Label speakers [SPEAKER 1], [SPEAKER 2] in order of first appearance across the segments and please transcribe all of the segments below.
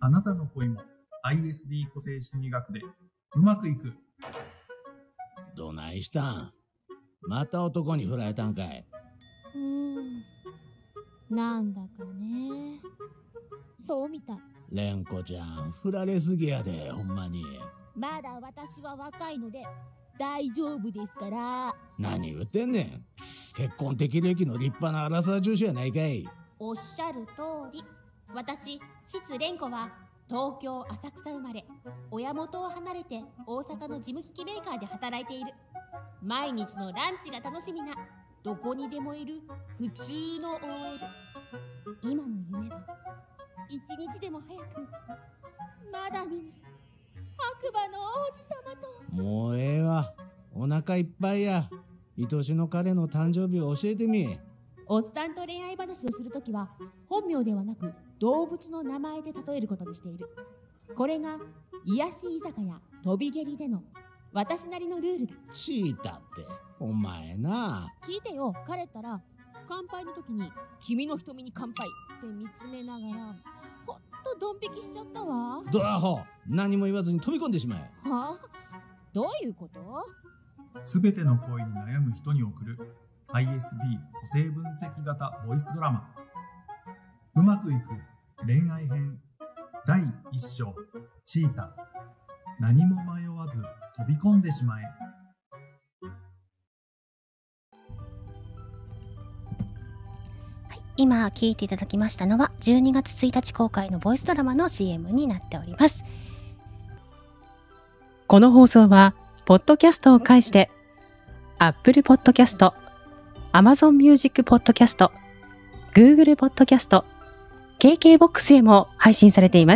[SPEAKER 1] あなたの恋も ISD 個性心理学でうまくいく。
[SPEAKER 2] どないしたん？また男に振られたんかい？
[SPEAKER 3] なんだかね。そうみたい。
[SPEAKER 2] 蓮子ちゃん、振られすぎやで、ほんまに。
[SPEAKER 3] まだ私は若いので大丈夫ですから。
[SPEAKER 2] 何言ってんねん。結婚適齢期の立派なアラサー女子やないかい。
[SPEAKER 3] おっしゃる通り。私、質蓮子は東京浅草生まれ。親元を離れて大阪の事務機器メーカーで働いている。毎日のランチが楽しみなどこにでもいる普通の OL。 今の夢は一日でも早くマダム白馬の王子様と。
[SPEAKER 2] もうええわ。お腹いっぱいや。愛しの彼の誕生日を教えてみ。
[SPEAKER 3] おっさんと恋愛話をするときは本名ではなく動物の名前で例えることにしている。これが癒し居酒屋飛び蹴りでの私なりのルールだ。
[SPEAKER 2] チータってお前な。
[SPEAKER 3] 聞いてよ。彼ったら乾杯の時に君の瞳に乾杯って見つめながらほんとドン引きしちゃったわ。
[SPEAKER 2] ドアホ、何も言わずに飛び込んでしまえ。
[SPEAKER 3] はあ、どういうこと？
[SPEAKER 1] すべての恋に悩む人に送る ISD 個性分析型ボイスドラマ、うまくいく恋愛編第1章、チータ。何も迷わず飛び込んでしまえ。
[SPEAKER 4] 今聞いていただきましたのは12月1日公開のボイスドラマの CM になっております。
[SPEAKER 5] この放送はポッドキャストを介して Apple Podcast、Amazon Music Podcast、Google Podcast、KKBOX へも配信されています。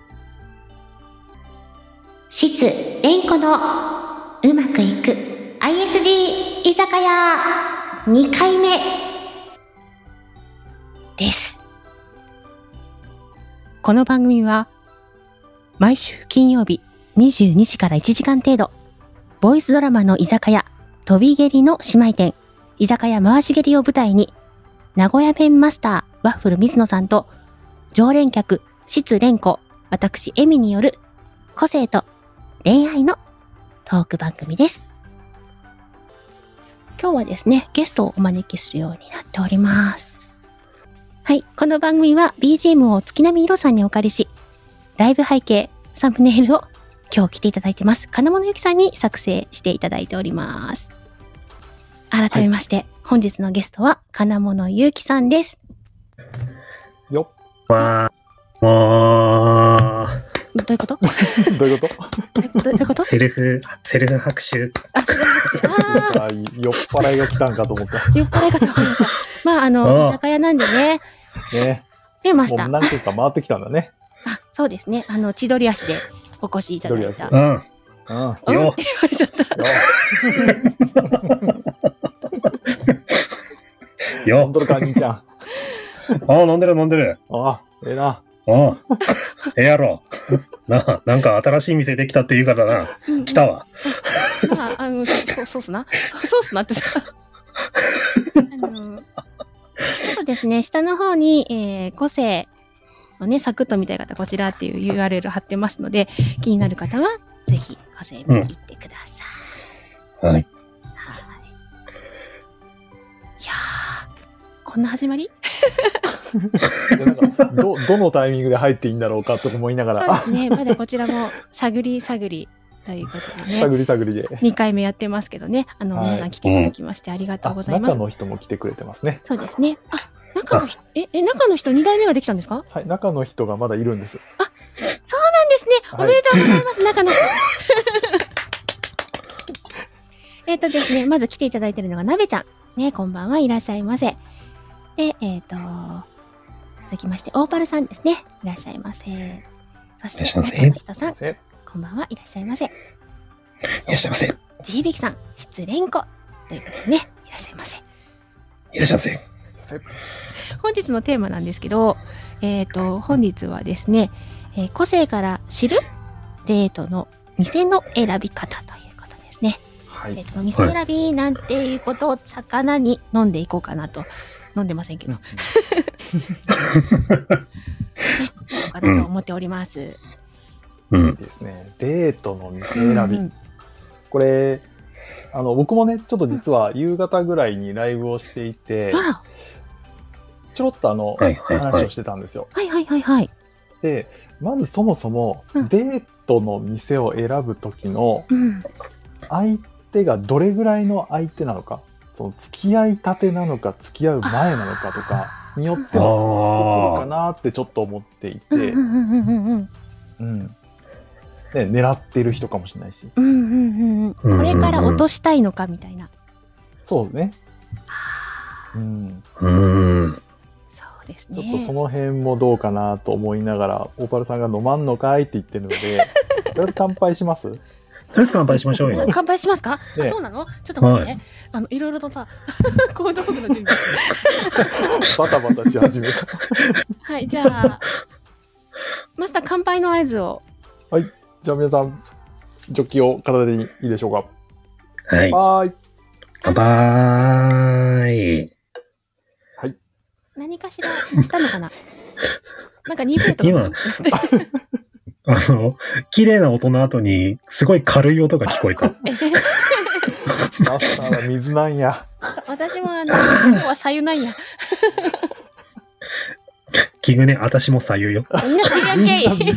[SPEAKER 4] 質蓮子のうまくいく ISD 居酒屋2回目です。
[SPEAKER 5] この番組は毎週金曜日22時から1時間程度、ボイスドラマの居酒屋飛び蹴りの姉妹店居酒屋回し蹴りを舞台に、名古屋弁マスターワッフル水野さんと常連客質蓮子、私エミによる個性と恋愛のトーク番組です。今日はですね、ゲストをお招きするようになっております。はい、この番組は BGM を月並みいろさんにお借りし、ライブ背景、サムネイルを今日来ていただいてます金物ゆきさんに作成していただいております。改めまして、本日のゲストは金物ゆきさんです。
[SPEAKER 6] よっ。
[SPEAKER 5] どういうこと
[SPEAKER 6] どういうこと
[SPEAKER 5] どういうこと
[SPEAKER 7] セルフ拍手。
[SPEAKER 5] あ、セルフ拍手。あ
[SPEAKER 6] 酔っ払いが来たんかと思った。
[SPEAKER 5] 酔っ払いがと思いました。まあ、居酒屋なんでね。
[SPEAKER 6] ね。
[SPEAKER 5] で、マスター。
[SPEAKER 6] もう何回か回ってきたんだね。
[SPEAKER 5] あ、そうですね。千鳥足でお越しいただいた。
[SPEAKER 7] うん。
[SPEAKER 5] よって言われちゃった。
[SPEAKER 7] よ
[SPEAKER 6] 飲んどるか、兄ちゃん。
[SPEAKER 7] 飲んでる。
[SPEAKER 6] ええな。
[SPEAKER 7] ええやろ。なんか新しい店できたって言うからな。来たわ。
[SPEAKER 5] まあ、そうっすな。そうっすなってさ。そうですね、下の方に、個性をね、サクッと見たい方、こちらっていう URL 貼ってますので、気になる方は、ぜひ、個性見に行ってください。
[SPEAKER 7] はい。
[SPEAKER 5] いやー、こんな始まり
[SPEAKER 6] なんかどのタイミングで入っていいんだろうかと思いながら。
[SPEAKER 5] そうですね、まだこちらも探りということでね。
[SPEAKER 6] 探りで。
[SPEAKER 5] 2回目やってますけどね。皆さん来ていただきましてありがとうございます。
[SPEAKER 6] 中の人も来てくれてますね。
[SPEAKER 5] そうですね。中の人2代目ができたんですか？
[SPEAKER 6] はい、中の人がまだいるんです。
[SPEAKER 5] そうなんですね。おめでとうございます、中の人。ですね、まず来ていただいているのがなべちゃん。ね、こんばんはいらっしゃいませ。で、続きまして、オーパルさんですね。いらっしゃいませ。そして、中の人さん。こんばんはいらっしゃいませ。い
[SPEAKER 7] らっしゃいませ。
[SPEAKER 5] ジービキさん、失恋子ということでね、いらっしゃいませ。
[SPEAKER 7] いらっしゃいませ。
[SPEAKER 5] 本日のテーマなんですけど、本日はですね、個性から知るデートの店の選び方ということですね。
[SPEAKER 6] はい。
[SPEAKER 5] デートの店選びなんていうことを魚に飲んでいこうかなと。飲んでませんけど。ね、ここからなと思っております。
[SPEAKER 6] いいですね。デートの店選び。これ、僕もね、ちょっと実は夕方ぐらいにライブをしていて、
[SPEAKER 5] あら。
[SPEAKER 6] ちょろっと
[SPEAKER 7] はいはいはい
[SPEAKER 6] 話をしてたんですよ。
[SPEAKER 5] はいはいはいはい。
[SPEAKER 6] で、まずそもそも、
[SPEAKER 5] うん
[SPEAKER 6] デートの店を選ぶ時の
[SPEAKER 5] うん。
[SPEAKER 6] 相手がどれぐらいの相手なのか、その付き合いたてなのか付き合う前なのかとかによっては変わってくるかなってちょっと思っていて、
[SPEAKER 5] うんうんうんうんうん。
[SPEAKER 6] うん。ね、狙ってる人かもしれないし。
[SPEAKER 5] うんうんうんうん。これから落としたいのかみたいな。
[SPEAKER 6] そうね。うん。
[SPEAKER 5] そうです
[SPEAKER 6] ちょっ
[SPEAKER 5] ね。
[SPEAKER 6] とその辺もどうかなと思いながら、オーパルさんが飲まんのかいって言ってるので、とりあえず乾杯します
[SPEAKER 7] とりあえず乾杯しましょうよ。
[SPEAKER 5] 乾杯しますか？
[SPEAKER 6] ね
[SPEAKER 5] あ、そうなの？ちょっと待ってね。いろいろとさ、小道具の準備。
[SPEAKER 6] バタバタし始めた。
[SPEAKER 5] はい、じゃあ、マスター乾杯の合図を。
[SPEAKER 6] じゃあ皆さん、ジョッキを片手にいいでしょうか。
[SPEAKER 7] はい。
[SPEAKER 6] はーい。
[SPEAKER 7] 乾杯。
[SPEAKER 5] 何かしらやったのかな？なんか鈍いとか。
[SPEAKER 7] 今綺麗な音の後に、すごい軽い音が聞こえた。
[SPEAKER 6] マスターは水なんや。
[SPEAKER 5] 私も今日は左右なんや。
[SPEAKER 7] キグね、私も左右よ。
[SPEAKER 5] みんな知り合けい。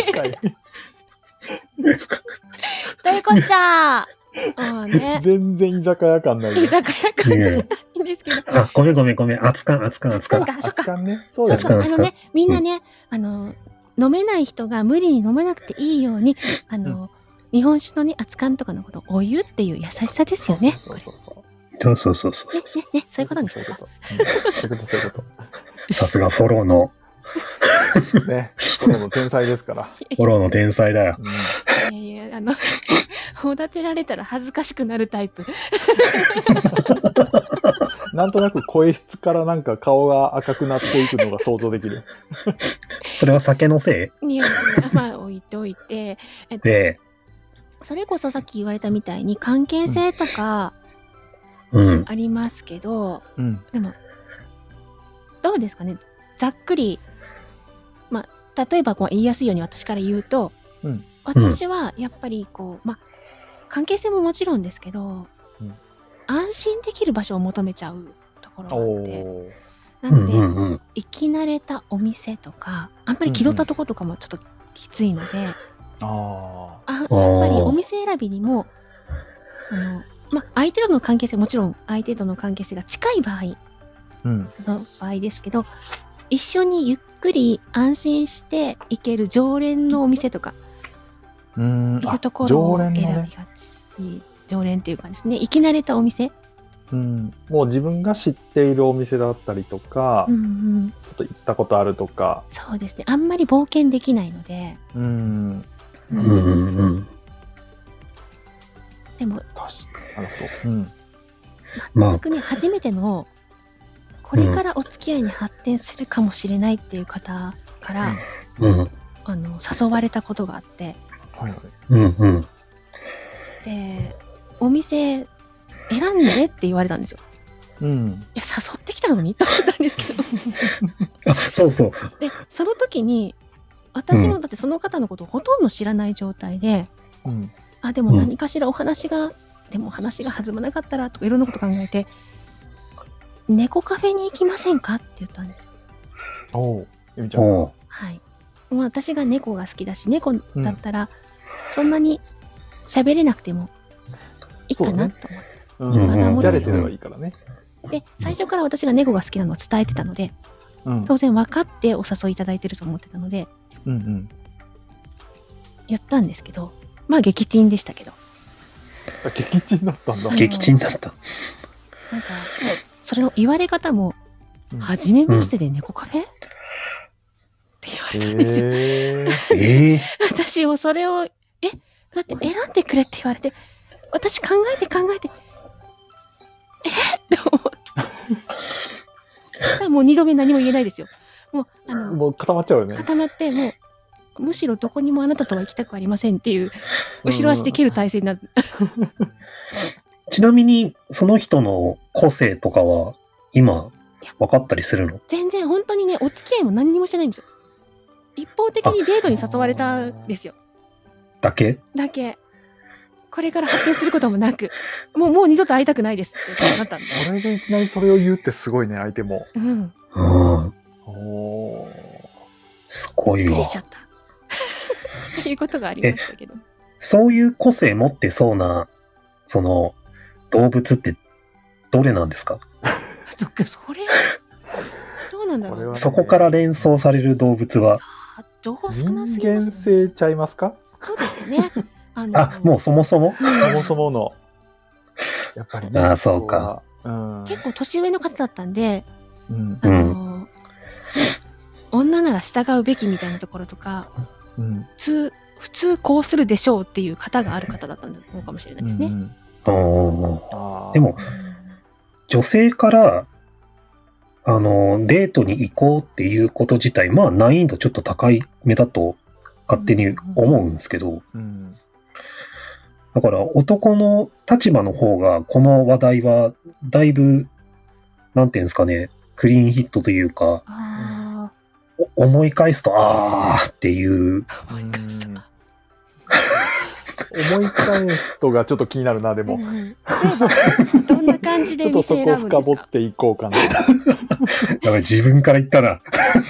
[SPEAKER 5] というこっちゃ。ね。
[SPEAKER 6] 全然居酒屋感ないよ。
[SPEAKER 5] 居酒屋感ないんですけど。
[SPEAKER 7] あ、ごめんごめんごめん。熱燗。
[SPEAKER 5] そっか。
[SPEAKER 6] 熱燗ね。そう
[SPEAKER 5] そう
[SPEAKER 6] です
[SPEAKER 5] そう。
[SPEAKER 6] ね。
[SPEAKER 5] みんなね、飲めない人が無理に飲まなくていいように、日本酒のね、熱燗とかのこと、お湯っていう優しさですよね。
[SPEAKER 6] そうそうそう。
[SPEAKER 7] そうそうそうそう。
[SPEAKER 5] ね、そういうことにし
[SPEAKER 6] そういう
[SPEAKER 5] た
[SPEAKER 6] こと。そういうこ
[SPEAKER 7] さすがフォローの、
[SPEAKER 6] と。ね。この天才ですから。
[SPEAKER 7] フォローの天才だよ。
[SPEAKER 5] いやいや、おだてられたら恥ずかしくなるタイプ。
[SPEAKER 6] なんとなく声質からなんか顔が赤くなっていくのが想像できる。
[SPEAKER 7] それは酒のせ
[SPEAKER 5] いや、まあ置いておいて、
[SPEAKER 7] いで、
[SPEAKER 5] それこそさっき言われたみたいに関係性とか
[SPEAKER 7] うん。
[SPEAKER 5] ありますけど、
[SPEAKER 6] うん。
[SPEAKER 5] でも、どうですかね、ざっくり、まあ、例えばこう言いやすいように私から言うと、
[SPEAKER 6] うん
[SPEAKER 5] 私はやっぱりこう、まあ、関係性ももちろんですけど、
[SPEAKER 6] うん
[SPEAKER 5] 安心できる場所を求めちゃうところがあ
[SPEAKER 6] お
[SPEAKER 5] って、
[SPEAKER 6] ー。
[SPEAKER 5] なんで、
[SPEAKER 7] うん。
[SPEAKER 5] 行き慣れたお店とか、あんまり気取ったとことかもちょっときついので、
[SPEAKER 6] あ
[SPEAKER 5] やっぱりお店選びにも、まあ、相手との関係性、もちろん相手との関係性が近い場合
[SPEAKER 6] ー。うん。
[SPEAKER 5] の場合ですけど、一緒にゆっくり安心して行ける常連のお店とか、いうところを選びがち、常連っていうかですね、行き慣れたお店、
[SPEAKER 6] うん。もう自分が知っているお店だったりとか、ちょっと行ったことあるとか。
[SPEAKER 5] そうですね、あんまり冒険できないので、
[SPEAKER 6] うん。
[SPEAKER 5] でも、
[SPEAKER 6] なるほど。うん。
[SPEAKER 5] 全くね、初めての、これからお付き合いに発展するかもしれないっていう方から、誘われたことがあって、
[SPEAKER 6] はいはい。
[SPEAKER 5] で、お店選んでって言われたんですよ。
[SPEAKER 6] うん。
[SPEAKER 5] いや、誘ってきたのにと思ったんですけど。
[SPEAKER 7] そうそう。
[SPEAKER 5] で、その時に、私もだってその方のことをほとんど知らない状態で、でも何かしらお話が、でも話が弾まなかったらとかいろんなこと考えて、猫カフェに行きませんかって言ったんですよ。
[SPEAKER 6] おう、ゆみちゃん。
[SPEAKER 5] はい。もう私が猫が好きだし、猫だったら、そんなに喋れなくてもいいかなと思って。
[SPEAKER 6] じゃれてればいいからね。
[SPEAKER 5] で、最初から私が猫が好きなのは伝えてたので、当然分かってお誘いいただいてると思ってたので、言ったんですけど、まあ撃沈でしたけど。
[SPEAKER 6] 撃沈だったんだ。
[SPEAKER 7] 撃沈だった。
[SPEAKER 5] なんか、それの言われ方も、初めましてで猫カフェって言われたんですよ。私もそれを、だって選んでくれって言われて、私考えて、って思う。もう二度目何も言えないですよ。も
[SPEAKER 6] う固まっちゃうよね。
[SPEAKER 5] 固まって、もう、むしろどこにもあなたとは行きたくありませんっていう、後ろ足で蹴る体勢になる。
[SPEAKER 7] ちなみに、その人の個性とかは、今、分かったりするの？
[SPEAKER 5] 全然、本当にね、お付き合いも何にもしてないんですよ。 一方的にデートに誘われたんですよ。
[SPEAKER 7] だけ
[SPEAKER 5] だけ。これから発展することもなく、もう二度と会いたくないですってなったんで。
[SPEAKER 6] それでいきなりそれを言うってすごいね、相手も。
[SPEAKER 5] うん。
[SPEAKER 7] うん。
[SPEAKER 6] おー。
[SPEAKER 7] すごいわ
[SPEAKER 5] びっくりしちゃった。っていうことがありましたけど。
[SPEAKER 7] そういう個性持ってそうな、その、動物ってどれなんですか？
[SPEAKER 5] それ、どうなんだろう。
[SPEAKER 6] これはね
[SPEAKER 7] そこから連想される動物は、
[SPEAKER 5] どう少なす
[SPEAKER 6] 人
[SPEAKER 5] ぎます
[SPEAKER 6] 間性ちゃいますか？
[SPEAKER 5] そうですよね。
[SPEAKER 7] もうそもそも
[SPEAKER 6] そもそもの。やっぱりね。
[SPEAKER 7] ああ、そうか。
[SPEAKER 6] うん。
[SPEAKER 5] 結構年上の方だったんで、
[SPEAKER 6] うん。
[SPEAKER 5] 女なら従うべきみたいなところとか、
[SPEAKER 6] うん。
[SPEAKER 5] 普通こうするでしょうっていう方がある方だったのかもしれないですね。
[SPEAKER 7] でも、女性から、デートに行こうっていうこと自体、まあ難易度ちょっと高いめだと勝手に思うんですけど、だから男の立場の方がこの話題はだいぶ、なんていうんですかね、クリーンヒットというか、思い返すと、っていう。
[SPEAKER 5] 思い返すと。
[SPEAKER 6] 思い返すとがちょっと気になるな、でも。
[SPEAKER 5] どんな感じで
[SPEAKER 6] ちょっとそこを深掘っていこうかな。
[SPEAKER 7] やばい、自分から言ったら。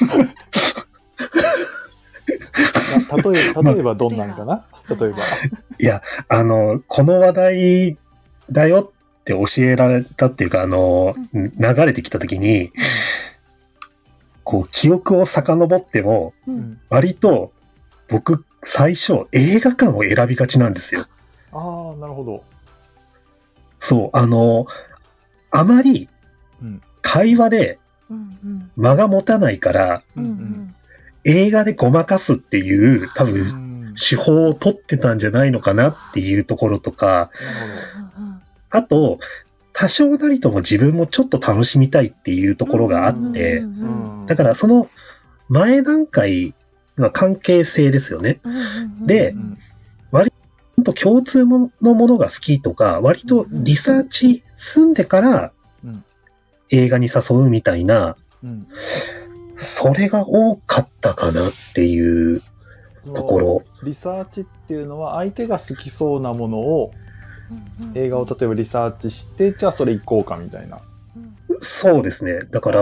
[SPEAKER 6] 例えばどんなんかな？例えば。
[SPEAKER 7] いや、この話題だよって教えられたっていうか、流れてきたときに、こう、記憶を遡っても、割と、僕、最初、映画館を選びがちなんですよ。
[SPEAKER 6] ああ、なるほど。
[SPEAKER 7] そう、あまり、会話で、間が持たないから、映画でごまかすっていう、多分、手法を取ってたんじゃないのかなっていうところとか、あと、多少なりとも自分もちょっと楽しみたいっていうところがあって、だからその前段階の関係性ですよね。で、割と共通のものが好きとか、割とリサーチ済んでから映画に誘うみたいな、それが多かったかなっていうところ。
[SPEAKER 6] リサーチっていうのは相手が好きそうなものを映画を例えばリサーチして、じゃあそれ行こうかみたいな。
[SPEAKER 7] そうですね。だから、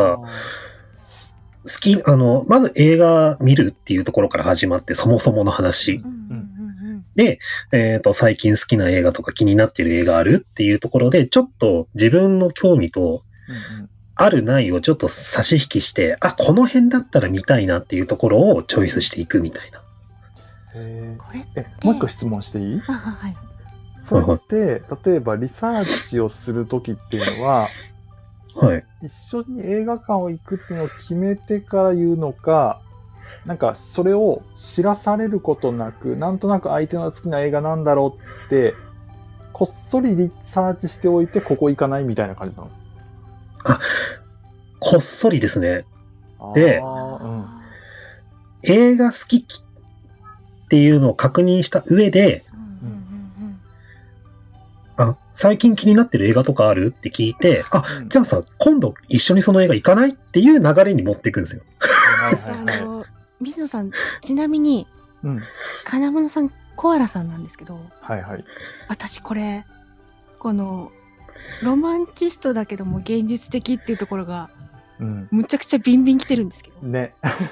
[SPEAKER 7] まず映画見るっていうところから始まって、そもそもの話。で、最近好きな映画とか気になっている映画あるっていうところで、ちょっと自分の興味と、あるないをちょっと差し引きして、この辺だったら見たいなっていうところをチョイスしていくみたいな。
[SPEAKER 6] もう一個質問していい？
[SPEAKER 5] はい。
[SPEAKER 6] それって、例えばリサーチをするときっていうのは、
[SPEAKER 7] はい。
[SPEAKER 6] 一緒に映画館を行くっていうのを決めてから言うのか、なんかそれを知らされることなく、なんとなく相手の好きな映画なんだろうって、こっそりリサーチしておいてここ行かないみたいな感じなの？
[SPEAKER 7] こっそりですね。で、映画好きっていうのを確認した上で、最近気になってる映画とかあるって聞いて、じゃあさ、今度一緒にその映画行かないっていう流れに持っていくんですよ。
[SPEAKER 5] 水野さん、ちなみに、金物さん、コアラさんなんですけど、私これ、この、ロマンチストだけども現実的っていうところが、むちゃくちゃビンビン来てるんですけど。
[SPEAKER 6] ね。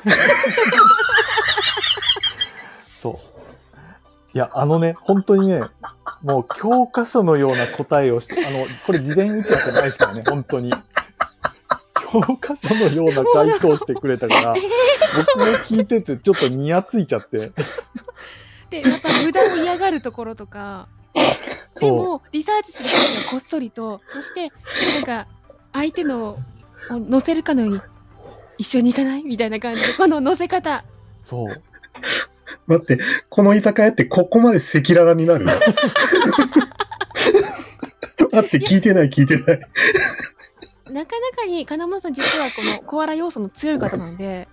[SPEAKER 6] そう。いや、本当にね、もう教科書のような答えをして、これ事前打ち合わせないですからね、本当に。教科書のような回答をしてくれたから、僕も聞いててちょっとニヤついちゃって。
[SPEAKER 5] で、また無駄を嫌がるところとか、でも、リサーチするときはこっそりと、そして、なんか、相手のを乗せるかのように、一緒に行かないみたいな感じで、この乗せ方。
[SPEAKER 6] そう。
[SPEAKER 7] 待って、この居酒屋ってここまで赤裸々になるの？待って、聞いてない。
[SPEAKER 5] なかなかに、金物さん実はこのコアラ要素の強い方なので、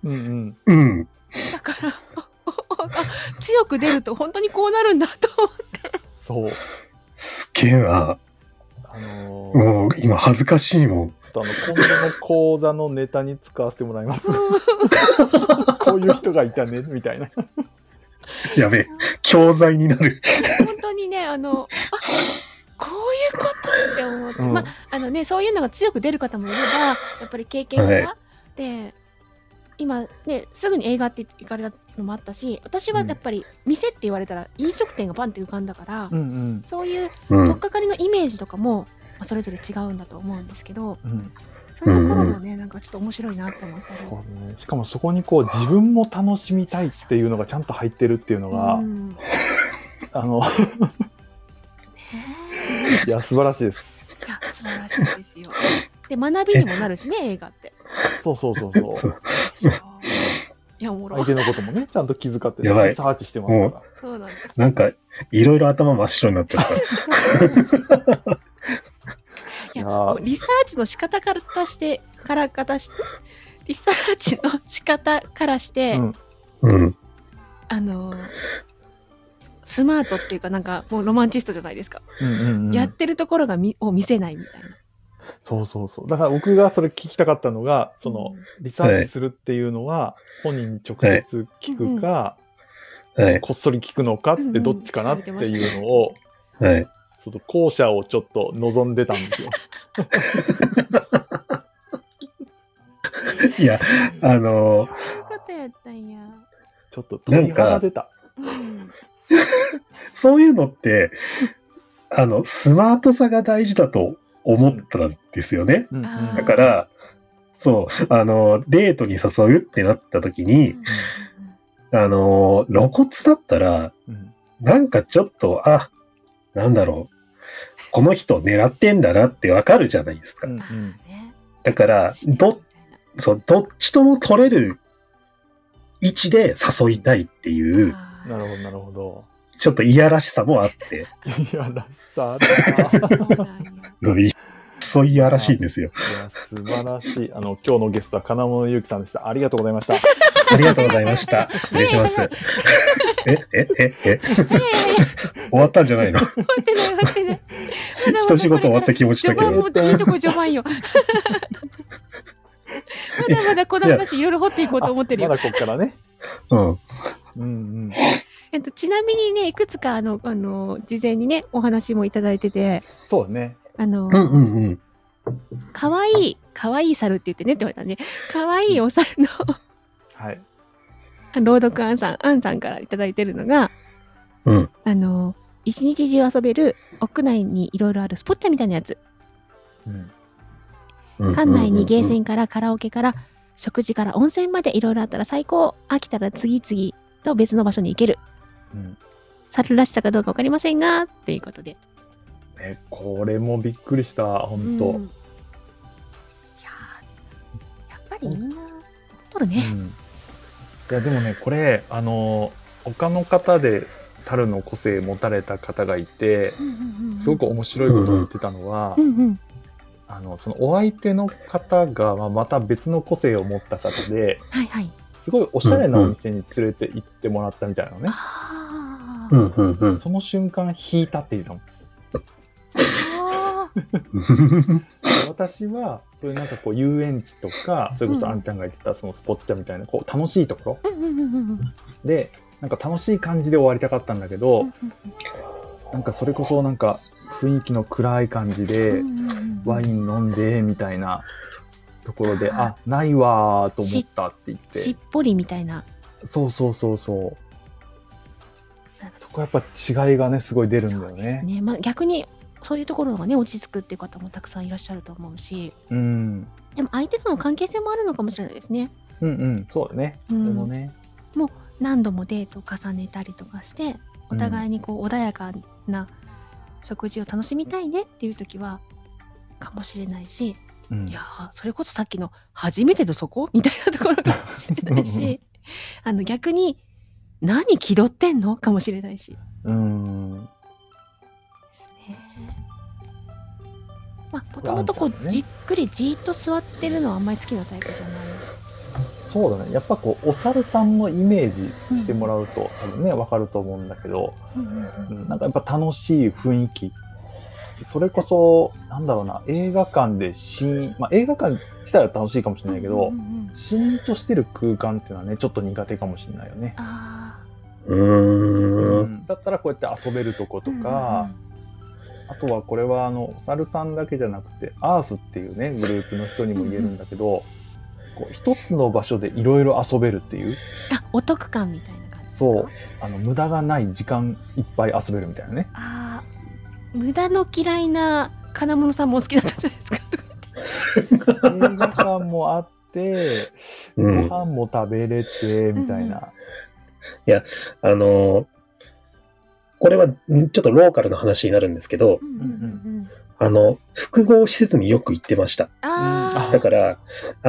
[SPEAKER 5] だから、強く出ると本当にこうなるんだと思って。
[SPEAKER 6] そう。
[SPEAKER 7] すげえな。もう今恥ずかしいもん。
[SPEAKER 6] 今度の講座のネタに使わせてもらいます。 こういう人がいたねみたいな。
[SPEAKER 7] やべえ、教材になる。
[SPEAKER 5] 本当にね、こういうことって思って、まあ、ね、そういうのが強く出る方もいれば、やっぱり経験が、で、今ね、すぐに映画って行かれたのもあったし、私はやっぱり店って言われたら飲食店がバンって浮かんだから、そういう取っかかりのイメージとかも、まあ、それぞれ違うんだと思うんですけど、そういうところもね、なんかちょっと面白いなって思ったり。
[SPEAKER 6] そうね。しかもそこにこう自分も楽しみたいっていうのがちゃんと入ってるっていうのが、いや、素晴らしいです。
[SPEAKER 5] いや、素晴らしいですよ。で、学びにもなるしね、映画って。
[SPEAKER 6] そう。
[SPEAKER 5] いや、おもろ。
[SPEAKER 6] 相手のこともね、ちゃんと気遣って、
[SPEAKER 7] やばい、
[SPEAKER 6] リサーチしてますから。
[SPEAKER 5] そうなんです。
[SPEAKER 7] なんか、いろいろ頭真っ白になっちゃった。
[SPEAKER 5] いや、リサーチの仕方からして、リサーチの仕方からして、スマートっていうかなんかもうロマンチストじゃないですか。やってるところを見せないみたいな。
[SPEAKER 6] そう。だから僕がそれ聞きたかったのが、その、リサーチするっていうのは、本人に直接聞くか、こっそり聞くのかってどっちかなっていうのを、ちょっと後者をちょっと望んでたんですよ。
[SPEAKER 7] いや、
[SPEAKER 5] そういうことやったんや。
[SPEAKER 6] ちょっと鳥肌出た。
[SPEAKER 7] そういうのって、スマートさが大事だと思ったんですよね。だから、そう、デートに誘うってなった時に、露骨だったら、なんかちょっと、なんだろう、この人狙ってんだなってわかるじゃないですか。だから、どっちとも取れる位置で誘いたいっていう、
[SPEAKER 6] なるほど。
[SPEAKER 7] ちょっといやらしさもあって。
[SPEAKER 6] いやらしさ
[SPEAKER 7] そういやらしいんですよ。
[SPEAKER 6] いや、素晴らしい。今日のゲストは金物ゆうきさんでした。ありがとうございました。
[SPEAKER 7] ありがとうございました。失礼します。終わったんじゃないの？
[SPEAKER 5] 終わってない。
[SPEAKER 7] 一仕事終わった気持ちだけど。
[SPEAKER 5] 序盤もいいとこ序盤よ。まだこの話いろいろ掘っていこうと思ってるよ。
[SPEAKER 6] まだこっからね。
[SPEAKER 5] ちなみにね、いくつか事前にね、お話もいただいてて。
[SPEAKER 6] そうね。
[SPEAKER 5] かわいい猿って言ってねって言われたんで、かわいいお猿の朗読アンさんからいただいてるのが、一日中遊べる屋内にいろいろあるスポッチャみたいなやつ。館内にゲーセンからカラオケから食事から温泉までいろいろあったら最高。飽きたら次々と別の場所に行ける。猿らしさかどうかわかりませんが、っていうことで。
[SPEAKER 6] これもびっくりした、本当。いや
[SPEAKER 5] やっぱりみんな撮るね。
[SPEAKER 6] いやでもね、これ他の方で猿の個性持たれた方がいて、すごく面白いことを言ってたのは、そのお相手の方がまた別の個性を持った方で、すごいおしゃれなお店に連れて行ってもらったみたいなのね。その瞬間引いたって言ったの。私はそういうなんかこう遊園地とか、それこそあんちゃんが言ってたそのスポッチャみたいなこう楽しいところでなんか楽しい感じで終わりたかったんだけど、なんかそれこそなんか雰囲気の暗い感じでワイン飲んでみたいなところで、ないわーと思ったって言って、
[SPEAKER 5] しっぽりみたいな。
[SPEAKER 6] そうそこはやっぱ違いがねすごい出るんだよね。そうですね。
[SPEAKER 5] 逆にそういうところがね落ち着くっていう方もたくさんいらっしゃると思うし、でも相手との関係性もあるのかもしれないですね。
[SPEAKER 6] そうだね。でもね、
[SPEAKER 5] もう何度もデートを重ねたりとかしてお互いにこう穏やかな食事を楽しみたいねっていう時はかもしれないし、いやそれこそさっきの初めてのそこみたいなところかもしれないし逆に何気取ってんのかもしれないし。もともとこうじっくりじーっと座ってるのはあんまり好きなタイプじゃない。
[SPEAKER 6] そうだね。やっぱこうお猿さんのイメージしてもらうと多分ねわかると思うんだけど、なんかやっぱ楽しい雰囲気それこそ、なんだろうな、映画館で映画館自体は楽しいかもしれないけど、シーンとしてる空間っていうのはね、ちょっと苦手かもしれないよね。だったらこうやって遊べるとことか、あとはこれはお猿さんだけじゃなくて、アースっていうね、グループの人にも言えるんだけど、こう一つの場所でいろいろ遊べるっていう。
[SPEAKER 5] お得感みたいな感じですか？
[SPEAKER 6] そう。無駄がない時間いっぱい遊べるみたいなね。
[SPEAKER 5] 無駄の嫌いな金物さんもお好きだったんじゃないですかとか
[SPEAKER 6] 映画館もあって、ご飯も食べれて、みたいな。
[SPEAKER 7] いや、これはちょっとローカルの話になるんですけど、複合施設によく行ってました。だから、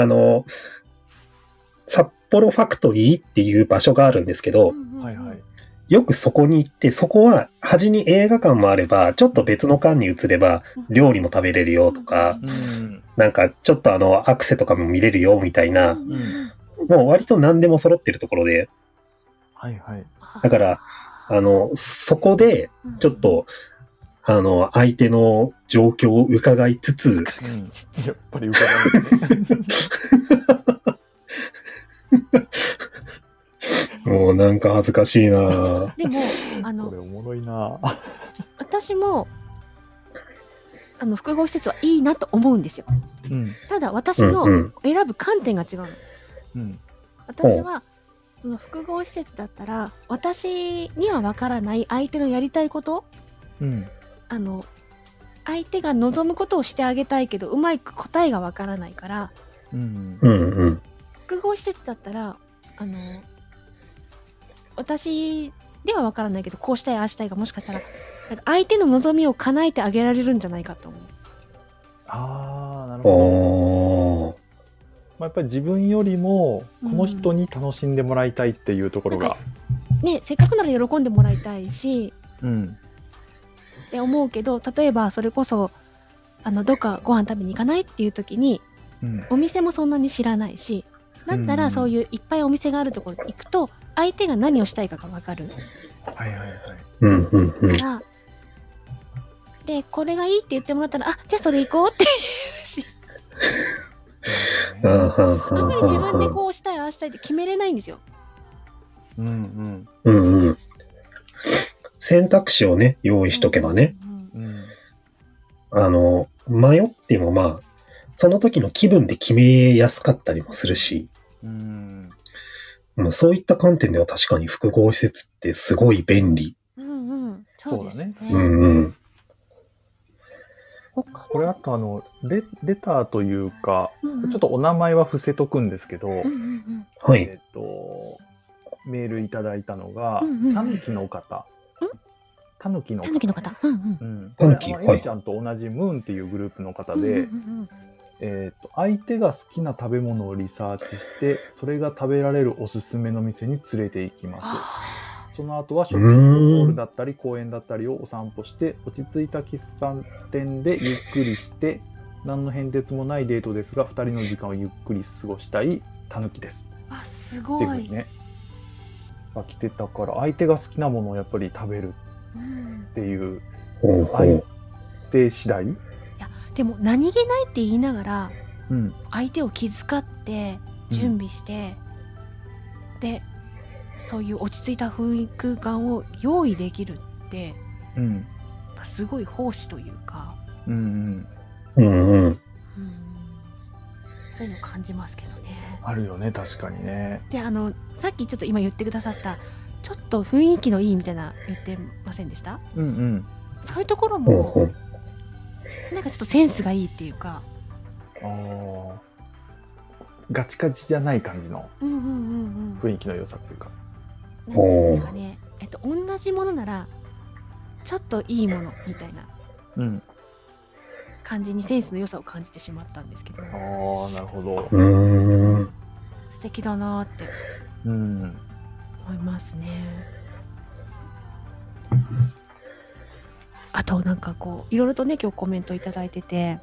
[SPEAKER 7] 札幌ファクトリーっていう場所があるんですけど、よくそこに行って、そこは端に映画館もあれば、ちょっと別の館に移れば料理も食べれるよとか、なんかちょっとアクセとかも見れるよみたいな、もう割と何でも揃ってるところで、だから、そこで、ちょっと、相手の状況を伺いつつ、
[SPEAKER 6] やっぱり伺う。
[SPEAKER 7] もうなんか恥ずかしいな。
[SPEAKER 5] でも、
[SPEAKER 6] これおもろいな。
[SPEAKER 5] 私も、複合施設はいいなと思うんですよ。ただ、私の選ぶ観点が違うの。私は、その複合施設だったら、私には分からない相手のやりたいこと、相手が望むことをしてあげたいけど、うまく答えが分からないから、複合施設だったら、私では分からないけど、こうしたい、ああしたいがもしかしたら、なんか相手の望みを叶えてあげられるんじゃないかと思う。
[SPEAKER 6] なるほど。やっぱり自分よりも、この人に楽しんでもらいたいっていうところが。
[SPEAKER 5] ね、せっかくなら喜んでもらいたいし、って思うけど、例えばそれこそ、どっかご飯食べに行かないっていう時に、お店もそんなに知らないし、だったらそういういっぱいお店があるところに行くと、相手が何をしたいかが分かる。から、で、これがいいって言ってもらったら、じゃあそれ行こうって言えるし。あんまり自分でこうしたい、ああしたいって決めれないんですよ。
[SPEAKER 7] 選択肢をね、用意しとけばね。迷ってもまあ、その時の気分で決めやすかったりもするし、そういった観点では確かに複合施設ってすごい便利。
[SPEAKER 5] そうですね。
[SPEAKER 6] これあとレターというか、ちょっとお名前は伏せとくんですけど、メールいただいたのが、たぬきの方。たぬきの方。エミちゃんと同じムーンっていうグループの方で、相手が好きな食べ物をリサーチして、それが食べられるおすすめの店に連れて行きます。その後はショッピングモールだったり公園だったりをお散歩して、落ち着いた喫茶店でゆっくりして、何の変哲もないデートですが、2人の時間をゆっくり過ごしたいたぬきです。
[SPEAKER 5] すごい。
[SPEAKER 6] っていうふうにね、来てたから、相手が好きなものをやっぱり食べるっていう、相手次第。
[SPEAKER 5] でも何気ないって言いながら、相手を気遣って準備して、でそういう落ち着いた雰囲気空間を用意できるって、すごい奉仕というか、そういうのを感じますけどね。
[SPEAKER 6] あるよね、確かにね。
[SPEAKER 5] で、さっきちょっと今言ってくださったちょっと雰囲気のいいみたいな言ってませんでした？そういうところもなんかちょっとセンスがいいっていうか、
[SPEAKER 6] ガチガチじゃない感じの雰囲気の良さっていうか、
[SPEAKER 5] なんですかね、同じものならちょっといいものみたいな感じにセンスの良さを感じてしまったんですけど。
[SPEAKER 6] なるほど。
[SPEAKER 5] 素敵だなって思いますね。あとなんかこういろいろとね、今日コメントいただいてて、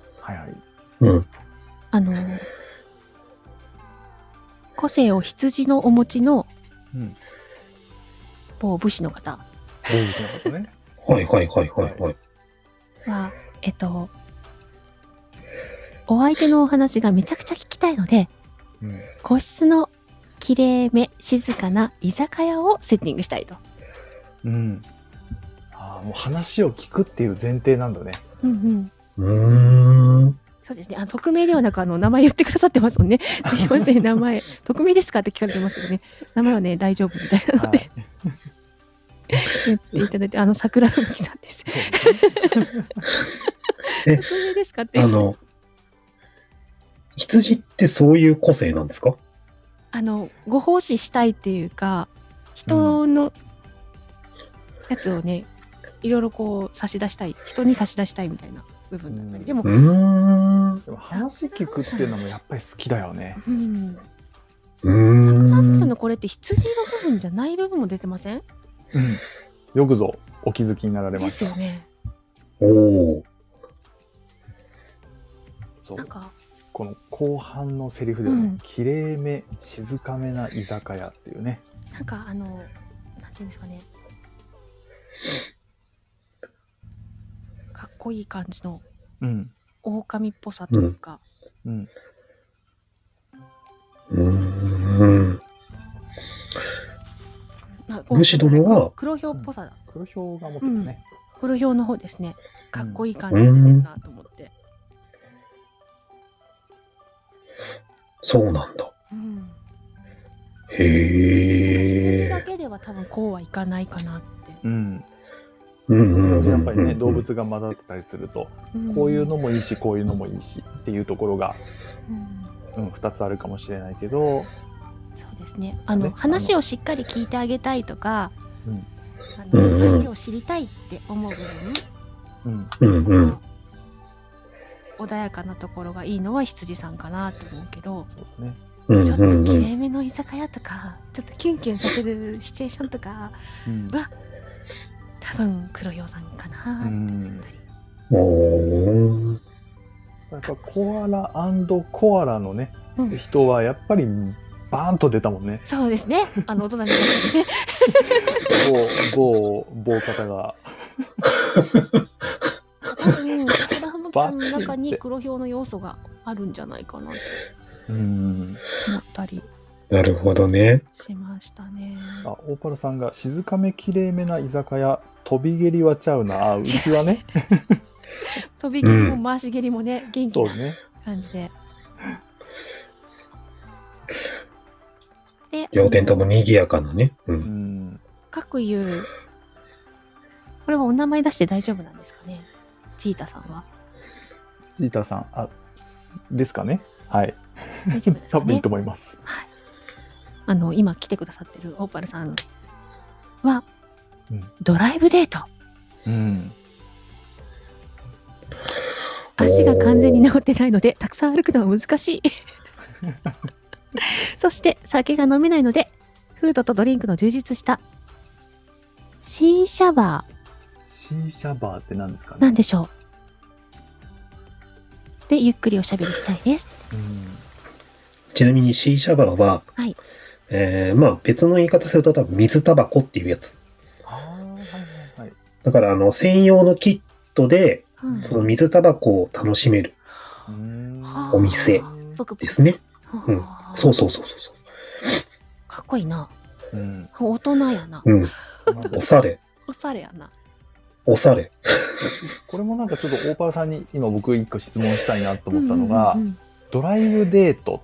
[SPEAKER 5] 個性を羊のお持ちの某武士の方。
[SPEAKER 6] 某武士の方ね。
[SPEAKER 7] はいはいはいはいはい。
[SPEAKER 5] はお相手のお話がめちゃくちゃ聞きたいので、個室のきれいめ静かな居酒屋をセッティングしたいと。
[SPEAKER 6] もう話を聞くっていう前提なんだね。
[SPEAKER 5] そうですね。匿名ではなく名前言ってくださってますもんね。すいません、名前。匿名ですかって聞かれてますけどね。名前はね、大丈夫みたいなので。言っていただいて、桜吹雪さんです。匿名ですかって。
[SPEAKER 7] 羊ってそういう個性なんですか？
[SPEAKER 5] ご奉仕したいっていうか、人のやつをね、いろいろこう差し出したい、人に差し出したいみたいな部分だったり。でも
[SPEAKER 6] 話聞くっていうのもやっぱり好きだよね。
[SPEAKER 5] 桜吹雪さんのこれって羊の部分じゃない部分も出てません？
[SPEAKER 6] よくぞお気づきになられました。
[SPEAKER 5] ですよね。
[SPEAKER 6] そう。なんかこの後半のセリフでは、きれいめ静かめな居酒屋っていうね。
[SPEAKER 5] なんかなんていうんですかね。かっこいい感じの狼っぽさというか。
[SPEAKER 7] 虫どもは
[SPEAKER 5] 黒ひょうっぽさだ。
[SPEAKER 6] 黒ひょうが持ってるね。
[SPEAKER 5] 黒ひょうの方ですね。かっこいい感じで出てるなと思って。
[SPEAKER 7] そうなんだ。へえ。
[SPEAKER 5] 羊だけでは多分こうはいかないかなって。
[SPEAKER 6] やっぱりね、動物が混ざってたりすると、こういうのもいいし、こういうのもいいしっていうところが、2つあるかもしれないけど。
[SPEAKER 5] そうですね。話をしっかり聞いてあげたいとか、相手を知りたいって思う部分。穏やかなところがいいのは羊さんかなと思うけど、ちょっときれいめの居酒屋とか、ちょっとキュンキュンさせるシチュエーションとかは、多分黒ひょうさんかな。
[SPEAKER 6] やっぱコアラ&コアラのね、人はやっぱりバーンと出たもんね。
[SPEAKER 5] そうですね。お隣の方ね。
[SPEAKER 6] 某方が。
[SPEAKER 5] 桜吹雪さんの中に黒ひょうの要素があるんじゃないかなと思ったり。
[SPEAKER 7] なるほどね。
[SPEAKER 5] しましたね。
[SPEAKER 6] オーパルさんが静かめきれいめな居酒屋、飛び蹴りはちゃうな。うちはね。
[SPEAKER 5] 飛び蹴りも回し蹴りもね、元気な感じで。
[SPEAKER 7] 両店とも賑やかなね。
[SPEAKER 5] 各言う、これはお名前出して大丈夫なんですかね、チータさんは。
[SPEAKER 6] チータさん、ですかね。はい。
[SPEAKER 5] 大丈夫ですかね。
[SPEAKER 6] 多分いいと思います。
[SPEAKER 5] はい。今来てくださってるオーパルさんは、ドライブデート。足が完全に治ってないので、たくさん歩くのは難しい。そして酒が飲めないので、フードとドリンクの充実したシーシャバー。
[SPEAKER 6] シーシャバーって何ですかね。
[SPEAKER 5] 何でしょう。で、ゆっくりおしゃべりしたいです。
[SPEAKER 7] ちなみにシーシャバーは、別の言い方すると多分水タバコっていうやつ。だから専用のキットで、その水タバコを楽しめるお店ですね。そう。
[SPEAKER 5] かっこいいな。大人やな。
[SPEAKER 7] おしゃれ。
[SPEAKER 5] おしゃれやな。
[SPEAKER 7] おしゃれ。
[SPEAKER 6] これもなんかちょっと大パーさんに今僕一個質問したいなと思ったのが、ドライブデート。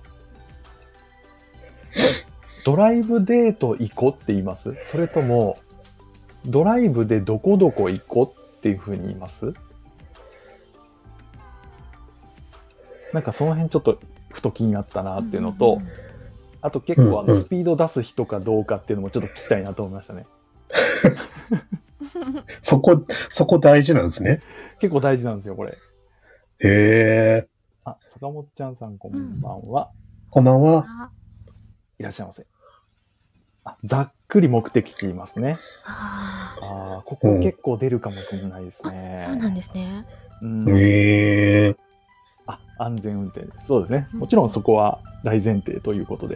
[SPEAKER 6] ドライブデート行こうって言います？それとも、ドライブでどこどこ行こうっていう風に言います？なんかその辺ちょっとふと気になったなっていうのと、あと結構スピード出す人かどうかっていうのもちょっと聞きたいなと思いましたね。
[SPEAKER 7] そこ大事なんですね。
[SPEAKER 6] 結構大事なんですよ、これ。
[SPEAKER 7] へえ。
[SPEAKER 6] 坂本ちゃんさんこんばんは。
[SPEAKER 7] こんばんは。
[SPEAKER 6] いらっしゃいませ。ざっくり目的地言いますね。ここ結構出るかもしれないですね。
[SPEAKER 5] そうなんですね。
[SPEAKER 7] へえ。
[SPEAKER 6] 安全運転です。そうですね。もちろんそこは大前提ということで。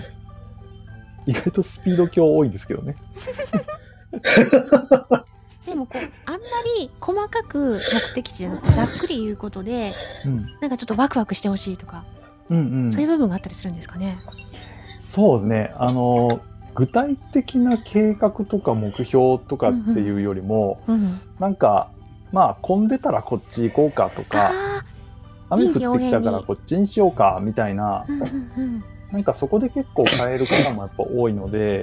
[SPEAKER 6] 意外とスピード強多いんですけどね。
[SPEAKER 5] でもこうあんまり細かく目的地じゃなくてざっくり言うことで、なんかちょっとワクワクしてほしいとか、そういう部分があったりするんですかね。
[SPEAKER 6] そうですね。具体的な計画とか目標とかっていうよりも、なんかまあ混んでたらこっち行こうかとか、雨降ってきたからこっちにしようかみたいな、なんかそこで結構変える方もやっぱ多いので、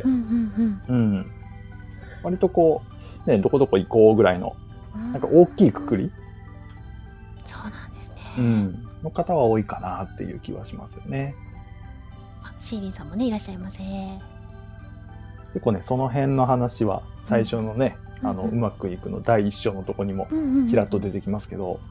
[SPEAKER 6] 割とこうね、どこどこ行こうぐらいのなんか大きいくくり、
[SPEAKER 5] そうなんですね。
[SPEAKER 6] の方は多いかなっていう気はしますよね。
[SPEAKER 5] シーリンさんもねいらっしゃいませ。
[SPEAKER 6] 結構ねその辺の話は最初のね、うまくいくの第一章のとこにもちらっと出てきますけど、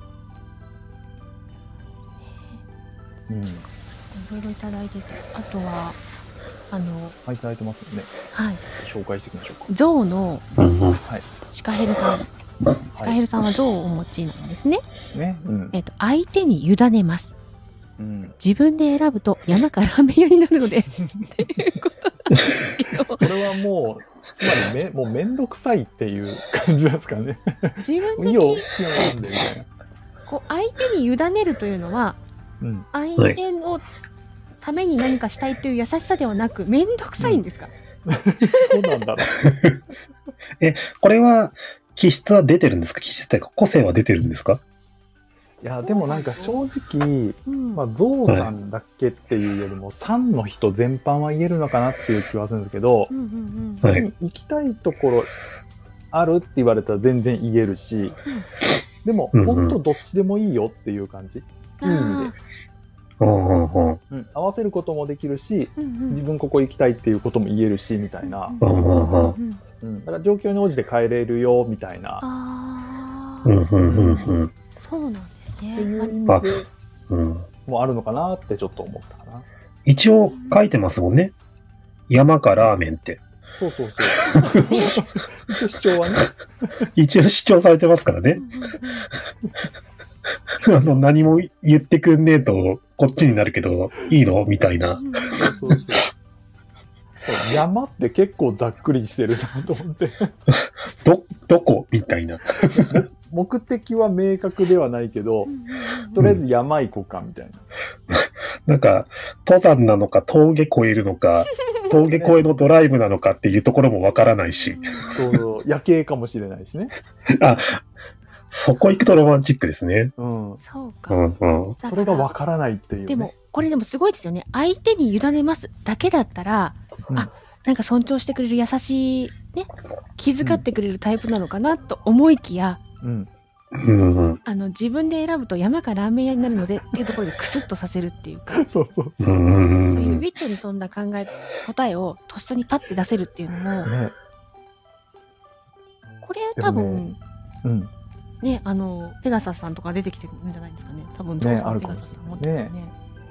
[SPEAKER 5] いろいろいただいてて、あとはい
[SPEAKER 6] ただいてますよね。
[SPEAKER 5] はい。
[SPEAKER 6] 紹介していきましょうか。
[SPEAKER 5] ゾウのシカヘルさん。シカヘルさんはゾウをお持ちなんですね。相手に委ねます。自分で選ぶと山かラーメン屋になるのでっていうことなんですけど。
[SPEAKER 6] これはもうつまりもうめんどくさいっていう感じなんですかね。
[SPEAKER 5] 自分で
[SPEAKER 6] いいよ好きなのなんでみたいな。
[SPEAKER 5] こう相手に委ねるというのは、相手のために何かしたいっていう優しさではなく、めんどくさいんですか？
[SPEAKER 6] そうなんだろう。
[SPEAKER 7] これは気質は出てるんですか？気質っていうか個性は出てるんですか？
[SPEAKER 6] いやでもなんか正直、ゾウさんだけっていうよりも、さんの人全般は言えるのかなっていう気はするんですけど、行きたいところあるって言われたら全然言えるし、でも本当どっちでもいいよっていう感じ、いい意味で。合わせることもできるし、自分ここ行きたいっていうことも言えるしみたいな、だから状況に応じて変えれるよみたいな。
[SPEAKER 5] そうなんですね。
[SPEAKER 6] っていう意味でもあるのかなってちょっと思ったかな。
[SPEAKER 7] 一応書いてますもんね。山かラーメンって。
[SPEAKER 6] そう。一応主張はね。
[SPEAKER 7] 一応主張されてますからね。何も言ってくんねえとこっちになるけどいいのみたいな。
[SPEAKER 6] そう山って結構ざっくりしてるなと思って。
[SPEAKER 7] どこみたいな。
[SPEAKER 6] 目的は明確ではないけど、とりあえず山行こうかみたいな。
[SPEAKER 7] なんか登山なのか峠越えるのか峠越えのドライブなのかっていうところもわからないし。
[SPEAKER 6] そう夜景かもしれないしね。
[SPEAKER 7] そこ行くとロマンチックですね。
[SPEAKER 5] そうか。
[SPEAKER 6] それがわからないっていうね。
[SPEAKER 5] でもこれでもすごいですよね。相手に委ねますだけだったら、なんか尊重してくれる優しいね、気遣ってくれるタイプなのかなと思いきや、自分で選ぶと山かラーメン屋になるのでっていうところでクスッとさせるっていうか、そういうウィットに富んだ答えをとっさにパッて出せるっていうのも、これ多分ね、ペガサスさんとか出てきてるんじゃないですかね。多分ゾウさんペガサスさん持ってますね。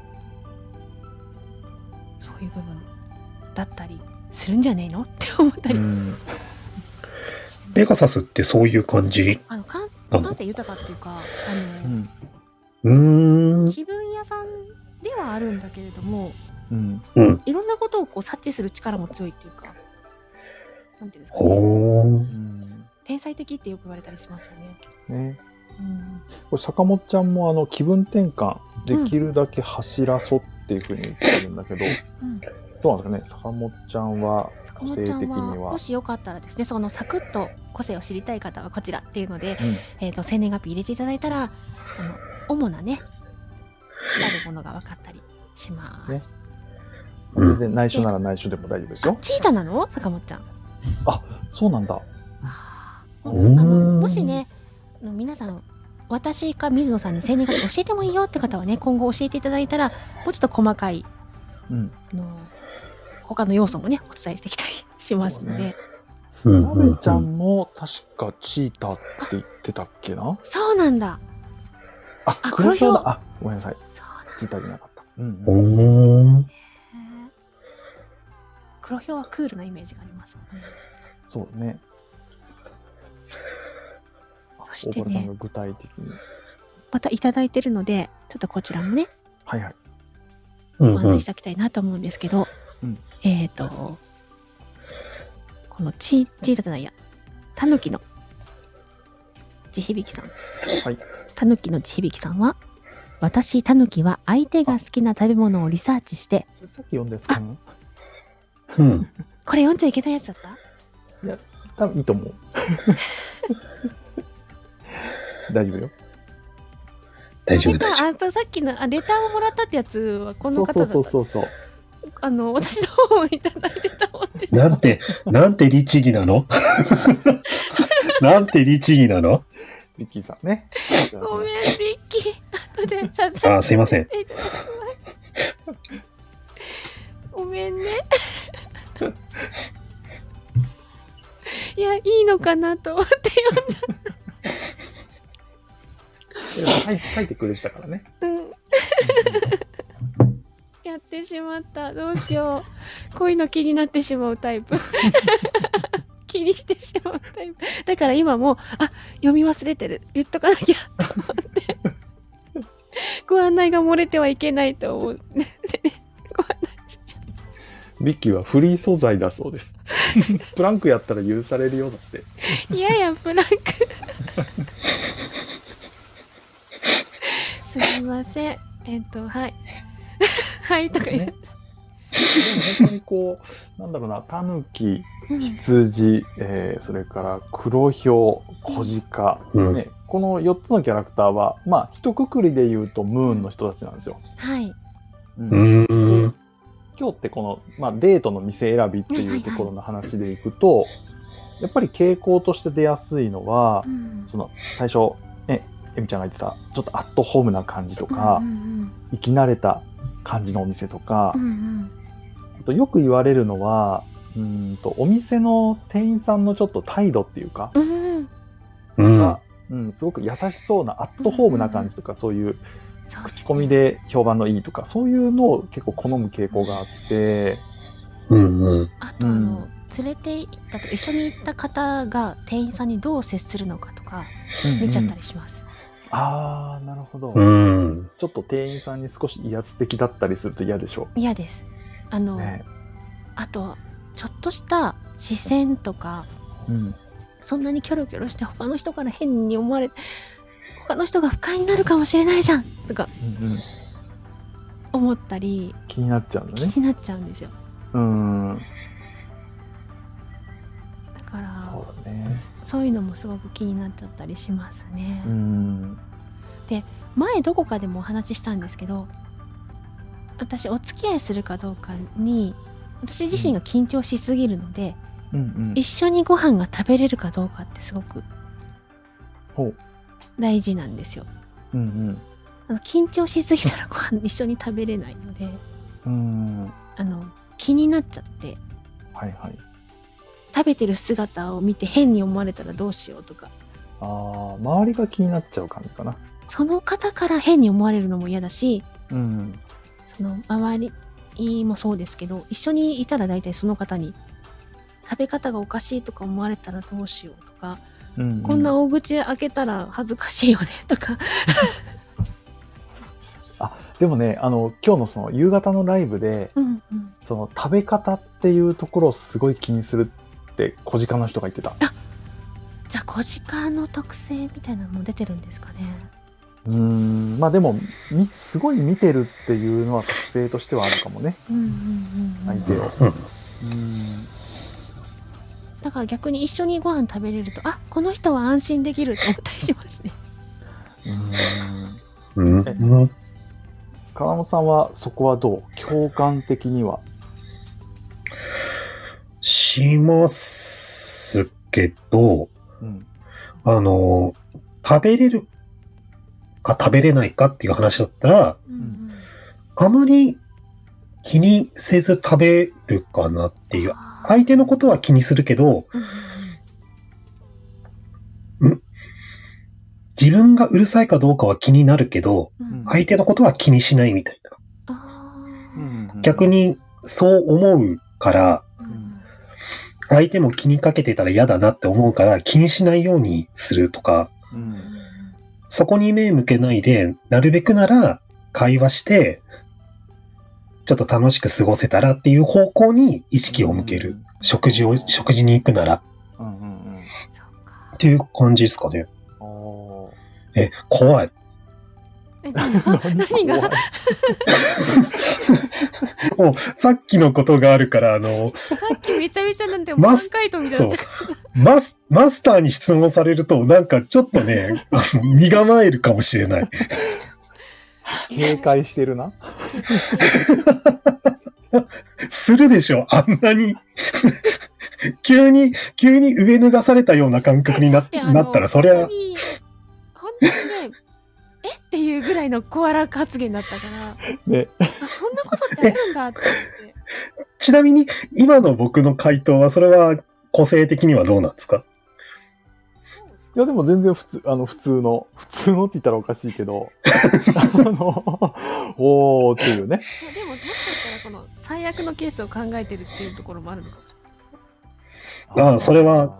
[SPEAKER 5] そういう部分だったりするんじゃねえのって思ったり。
[SPEAKER 7] ペガサスってそういう感じ？
[SPEAKER 5] 感性豊かっていうか、気分屋さんではあるんだけれども、いろんなことをこう察知する力も強いっていうか、なんていうんですかね。天才的ってよく言われたりしますよね。
[SPEAKER 6] これ坂本ちゃんも気分転換できるだけ走らそうっていうふうに言ってるんだけど、どうなんですかね。坂本ちゃんは個性的には
[SPEAKER 5] もしよかったらですね、そのサクッと個性を知りたい方はこちらっていうので、生年月日入れていただいたら主なねあるものが分かったりします。
[SPEAKER 6] 全然内緒なら内緒でも大丈夫ですよ。
[SPEAKER 5] チータなの坂本ちゃん。
[SPEAKER 6] そうなんだ。
[SPEAKER 5] もしね皆さん私か水野さんに生年月日教えてもいいよって方はね、今後教えていただいたらもうちょっと細かい、他の要素もねお伝えしてきたりしますので。
[SPEAKER 6] まめちゃんも確かチーターって言ってたっけな。
[SPEAKER 5] そうなんだ。
[SPEAKER 6] 黒ひょうだ。ごめんなさい。チーターじゃなかった。
[SPEAKER 5] 黒ひょうはクールなイメージがありますもんね。
[SPEAKER 6] そうね。
[SPEAKER 5] そしてね、
[SPEAKER 6] 大原さんが具体的に
[SPEAKER 5] またいただいてるので、ちょっとこちらもね、
[SPEAKER 7] お
[SPEAKER 5] 話しておきたいなと思うんですけど、このチータじゃないや、タヌキの地響さん。
[SPEAKER 6] はい。
[SPEAKER 5] たぬきの地響さんは、私たぬきは相手が好きな食べ物をリサーチして、
[SPEAKER 6] さっき読んだやつかな。
[SPEAKER 7] うん。
[SPEAKER 5] これ読んじゃいけないやつだった？
[SPEAKER 6] いや、多分いいと思う。大丈夫よ。
[SPEAKER 7] 大丈夫大丈夫。
[SPEAKER 5] あとさっきのレターをもらったってやつはこの方だった。
[SPEAKER 6] そう。
[SPEAKER 5] 私の方をいただいてたもんです。
[SPEAKER 7] なんて律儀なのなんて律儀なの
[SPEAKER 6] ビッキーさんね。
[SPEAKER 5] ごめん、ビッキー。後で謝罪。
[SPEAKER 7] すいません。
[SPEAKER 5] ごめんね。いや、いいのかなと思って読んじゃった。
[SPEAKER 6] 書いてくれてたからね。
[SPEAKER 5] うん。やってしまった。どうしよう。こういうの気になってしまうタイプ。気にしてしまうタイプ。だから今も、読み忘れてる。言っとかなきゃと思って。ご案内が漏れてはいけないと思う。ご案内しちゃう。
[SPEAKER 6] ビッキーはフリー素材だそうです。プランクやったら許されるようだって。
[SPEAKER 5] いやいや、プランク。すみません。はい。はいとか言って。でも
[SPEAKER 6] 本当にこう、なんだろうな、タヌキ、羊、それから黒ヒョウ、小鹿、ね、この4つのキャラクターは、まあ、一括りで言うとムーンの人たちなんですよ。
[SPEAKER 5] はい。
[SPEAKER 6] で今日ってこの、まあ、デートの店選びっていうところの話でいくと、やっぱり傾向として出やすいのは、その、最初、ね、エミちゃんが言ってた、ちょっとアットホームな感じとか、生き慣れた感じのお店とか、あとよく言われるのは、お店の店員さんのちょっと態度っていうか、が、すごく優しそうなアットホームな感じとか、そういう口コミで評判のいいとか、そういうのを結構好む傾向があって、
[SPEAKER 5] あと連れて行ったと一緒に行った方が店員さんにどう接するのかとか見ちゃったりします。
[SPEAKER 6] ああ、なるほど。ちょっと店員さんに少し威圧的だったりすると嫌でしょう。
[SPEAKER 5] 嫌です。あとちょっとした視線とか、そんなにキョロキョロして他の人から変に思われて、他の人が不快になるかもしれないじゃんとか思ったり、
[SPEAKER 6] 気になっちゃうんだね。
[SPEAKER 5] 気になっちゃうんですよ。だから
[SPEAKER 6] そうだね。
[SPEAKER 5] そういうのもすごく気になっちゃったりしますね。で、前どこかでもお話ししたんですけど、私お付き合いするかどうかに私自身が緊張しすぎるので、一緒にご飯が食べれるかどうかってすごく大事なんですよ。緊張しすぎたらご飯一緒に食べれないので、気になっちゃって、食べてる姿を見て変に思われたらどうしようとか、
[SPEAKER 6] 周りが気になっちゃう感じかな。
[SPEAKER 5] その方から変に思われるのも嫌だし、その周りもそうですけど、一緒にいたら大体その方に食べ方がおかしいとか思われたらどうしようとか、こんな大口開けたら恥ずかしいよねとか
[SPEAKER 6] でもね、今日のその夕方のライブで、その食べ方っていうところをすごい気にするって小鹿の人が言ってた。
[SPEAKER 5] じゃあ小鹿の特性みたいなのも出てるんですかね。
[SPEAKER 6] まあでもすごい見てるっていうのは特性としてはあるかもね。相手を。
[SPEAKER 5] だから逆に一緒にご飯食べれると、この人は安心できるって思ったりしますね。
[SPEAKER 6] 川本さんはそこはどう？共感的には
[SPEAKER 7] しますけど、食べれるか食べれないかっていう話だったら、あまり気にせず食べるかなっていう。相手のことは気にするけど、自分がうるさいかどうかは気になるけど、相手のことは気にしないみたいな。逆にそう思うから、相手も気にかけてたら嫌だなって思うから気にしないようにするとか、そこに目向けないで、なるべくなら会話して、ちょっと楽しく過ごせたらっていう方向に意識を向ける。食事に行くなら。っていう感じですかね。 怖い。
[SPEAKER 5] 何が
[SPEAKER 7] もう、さっきのことがあるから、
[SPEAKER 5] さっきめちゃめちゃなんて、
[SPEAKER 7] マス
[SPEAKER 5] 満回答みたいな。
[SPEAKER 7] マスターに質問されると、なんかちょっとね、身構えるかもしれない。
[SPEAKER 6] 警戒してるな。
[SPEAKER 7] するでしょ、あんなに。急に上脱がされたような感覚になったら、そりゃ。
[SPEAKER 5] 本当にね、っていうぐらいのコアラ発言だったから、
[SPEAKER 6] ね、
[SPEAKER 5] そんなことってあるんだって思って。
[SPEAKER 7] ちなみに、今の僕の回答は、それは個性的にはどうなんですか？
[SPEAKER 6] いや、でも全然普通のって言ったらおかしいけど、おーっていうね。
[SPEAKER 5] でも、もしかしたらこの最悪のケースを考えてるっていうところもあるのかもしれないですね。
[SPEAKER 7] ああ、それは、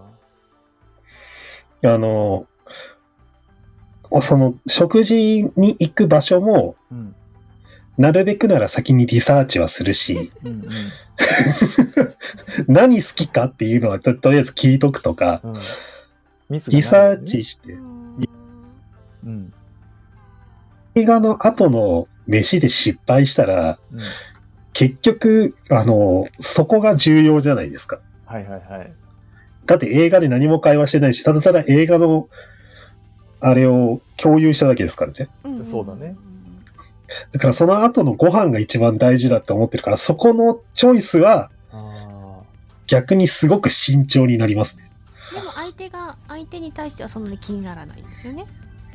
[SPEAKER 7] その、食事に行く場所も、なるべくなら先にリサーチはするし、何好きかっていうのはとりあえず聞いとくとか、リサーチして、映画の後の飯で失敗したら、結局、そこが重要じゃないですか。
[SPEAKER 6] はいはいはい。
[SPEAKER 7] だって映画で何も会話してないし、ただただ映画の、あれを共有しただけですからね。
[SPEAKER 6] そうだね。
[SPEAKER 7] だからその後のご飯が一番大事だって思ってるから、そこのチョイスは、逆にすごく慎重になりますね。
[SPEAKER 5] でも相手に対してはそんなに気にならないんですよね。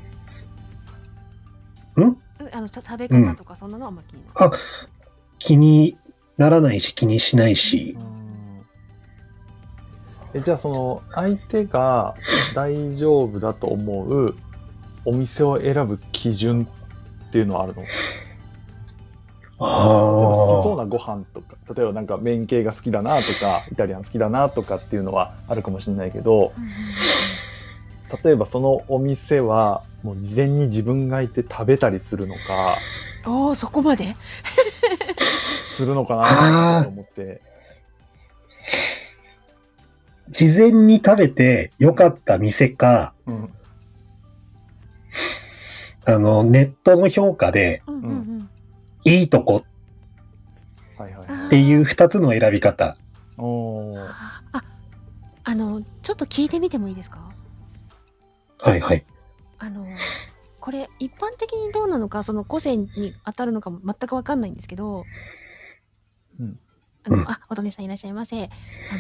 [SPEAKER 5] 食べ方とかそんなのはあんま気にならない。
[SPEAKER 7] 気にならないし気にしないし。
[SPEAKER 6] じゃあその相手が大丈夫だと思うお店を選ぶ基準っていうのはあるの？好きそうなご飯とか、例えばなんか麺系が好きだなとか、イタリアン好きだなとかっていうのはあるかもしれないけど、例えばそのお店はもう事前に自分がいて食べたりするのか、
[SPEAKER 5] そこまです
[SPEAKER 6] るのかなと思って。
[SPEAKER 7] 事前に食べて良かった店か、ネットの評価で、いいとこっていう2つの選び方。
[SPEAKER 5] ちょっと聞いてみてもいいですか？
[SPEAKER 7] はいはい。
[SPEAKER 5] これ一般的にどうなのか、その個性に当たるのかも全く分かんないんですけど、おとねさんいらっしゃいませ。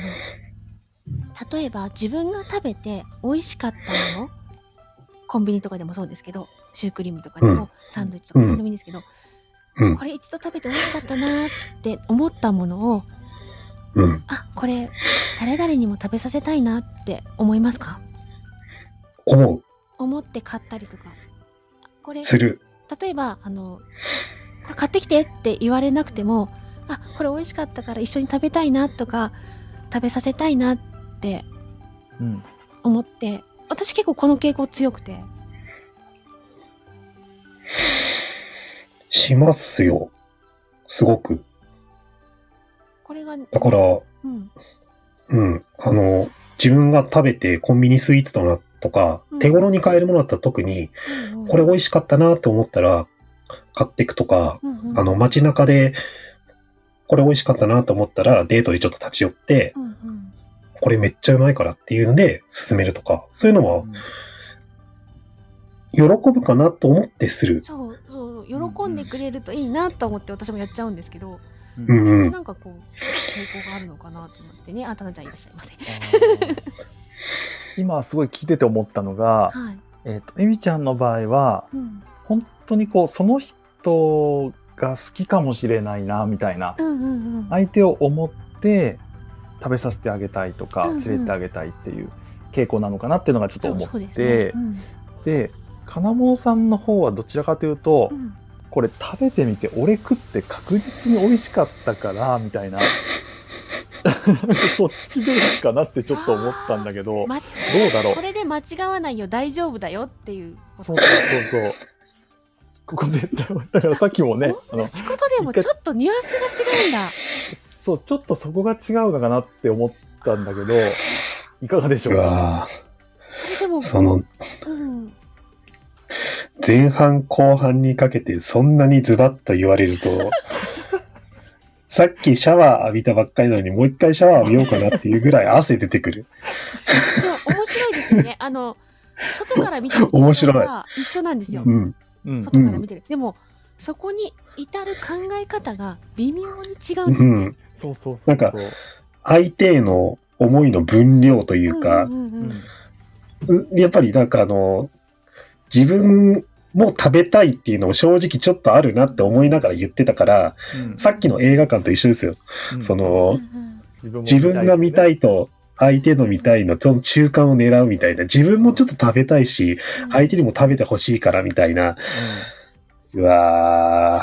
[SPEAKER 5] 例えば自分が食べて美味しかったもの、コンビニとかでもそうですけど、シュークリームとかでも、サンドイッチとか何でもいいんですけど、これ一度食べて美味しかったなって思ったものを、これ誰々にも食べさせたいなって思いますか？思って買ったりとか。これ
[SPEAKER 7] する。
[SPEAKER 5] 例えばこれ買ってきてって言われなくても、これ美味しかったから一緒に食べたいなとか、食べさせたいなって思って、私結構この傾向強くて。
[SPEAKER 7] しますよ。すごく。
[SPEAKER 5] これが
[SPEAKER 7] だから、自分が食べてコンビニスイーツとか、手頃に買えるものだったら特に、これ美味しかったなと思ったら買っていくとか、街中でこれ美味しかったなと思ったらデートでちょっと立ち寄って、これめっちゃうまいからっていうので勧めるとか、そういうのは喜ぶかなと思ってする。
[SPEAKER 5] そう喜んでくれるといいなと思って私もやっちゃうんですけど、なんかこう傾向があるのかなと思ってね。たなちゃんいらっしゃいませ。
[SPEAKER 6] 今すごい聞いてて思ったのが、エミちゃんの場合は、本当にこうその人が好きかもしれないなみたいな、相手を思って食べさせてあげたいとか、連れてってあげたいっていう傾向なのかなっていうのがちょっと思って、で金物さんの方はどちらかというと、これ食べてみて俺食って確実に美味しかったからみたいなそっちベースかなってちょっと思ったんだけど、どうだろう。
[SPEAKER 5] これで間違わないよ、大丈夫だよっていう。
[SPEAKER 6] そうここ絶対だからさっきもね、
[SPEAKER 5] 同じことでもちょっとニュアンスが違うんだ。
[SPEAKER 6] そう、ちょっとそこが違うのかなって思ったんだけど、いかがでしょうか。
[SPEAKER 5] でも
[SPEAKER 7] 前半後半にかけてそんなにズバッと言われると、さっきシャワー浴びたばっかりなのにもう一回シャワー浴びようかなっていうぐらい汗出てくる。
[SPEAKER 3] でも面白いですよね。外から見てる
[SPEAKER 7] 面白い
[SPEAKER 3] は一緒なんですよ。
[SPEAKER 7] うん。
[SPEAKER 3] 外から見てる。でも、そこに至る考え方が微妙に違うんですよね。
[SPEAKER 6] そうそうそう。
[SPEAKER 7] なんか、相手への思いの分量というか、やっぱりなんか自分も食べたいっていうのも正直ちょっとあるなって思いながら言ってたから、さっきの映画館と一緒ですよ。自分が見たいと相手の見たいのその中間を狙うみたいな、自分もちょっと食べたいし、相手にも食べてほしいからみたいな。うわ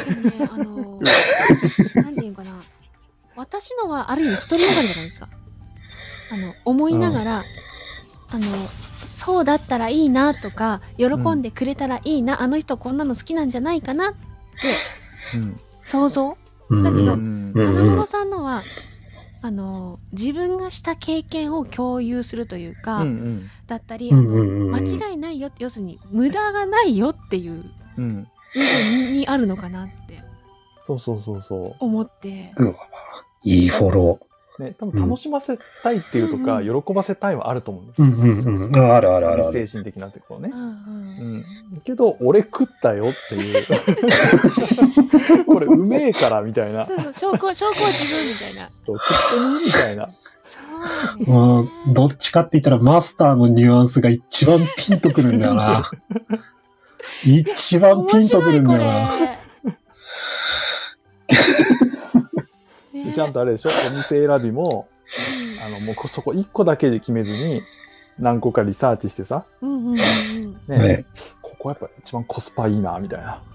[SPEAKER 3] ー。なんていうかな。私のはある意味一人よがりじゃないですか。思いながら、そうだったらいいなとか、喜んでくれたらいいな、あの人こんなの好きなんじゃないかなって、想像。だけど、花室さんのは、自分がした経験を共有するというか、だったり、間違いないよ、要するに無駄がないよっていう部分にあるのかなって。
[SPEAKER 6] そう
[SPEAKER 3] 思って。
[SPEAKER 7] いいフォロー。
[SPEAKER 6] ね、多分楽しませたいっていうとか、喜ばせたいはあると思うんですよ。
[SPEAKER 7] ある。
[SPEAKER 6] 精神的なところね。けど、俺食ったよっていう。これうめえからみたいな。
[SPEAKER 3] そう、証拠は自分みたいな。
[SPEAKER 6] そう、食ってみみたいな。
[SPEAKER 7] どっちかって言ったらマスターのニュアンスが一番ピンとくるんだよな。一番ピンとくるんだよな。
[SPEAKER 6] ちゃんとあれでしょ、お店選びも、もうそこ1個だけで決めずに、何個かリサーチしてさ、ね、ここやっぱ一番コスパいいな、みたいな。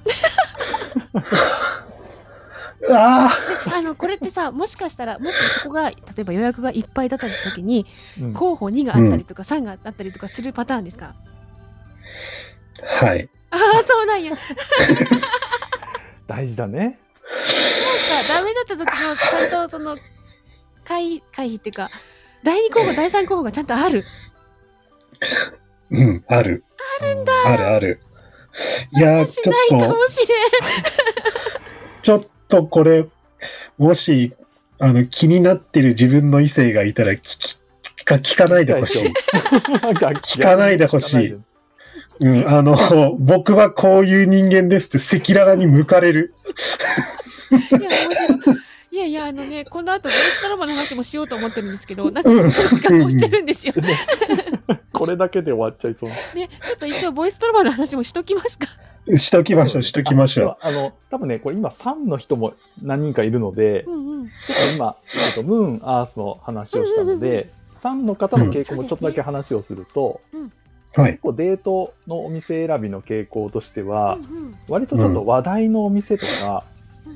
[SPEAKER 3] これってさ、もしかしたら、もしそこが、例えば予約がいっぱいだった時に、候補2があったりとか3があったりとかするパターンですか？
[SPEAKER 7] はい。
[SPEAKER 3] そうなんや。
[SPEAKER 6] 大事だね。
[SPEAKER 3] ダメだった時のちゃんとその回避っていうか、第2候補第3候補がちゃんとある。
[SPEAKER 7] ある。
[SPEAKER 3] あるんだ。
[SPEAKER 7] ある。いやちょっと
[SPEAKER 3] かもしれん。
[SPEAKER 7] ちょっとこれもし気になってる自分の異性がいたら聞かないでほしい。聞かないでほしい。僕はこういう人間ですって赤裸々に向かれる。
[SPEAKER 3] いや、この後ボイスドラマの話もしようと思ってるんですけど、なんかすごい時間をしてるんですよ。
[SPEAKER 6] これだけで終わっちゃいそう。
[SPEAKER 3] ね、ちょっと一応ボイスドラマの話もしときますか。
[SPEAKER 7] しときましょう。
[SPEAKER 6] 多分ね、これ今3の人も何人かいるので、今、ムーン、アースの話をしたので、3の方の傾向もちょっとだけ話をすると、結構デートのお店選びの傾向としては、割とちょっと話題のお店とか、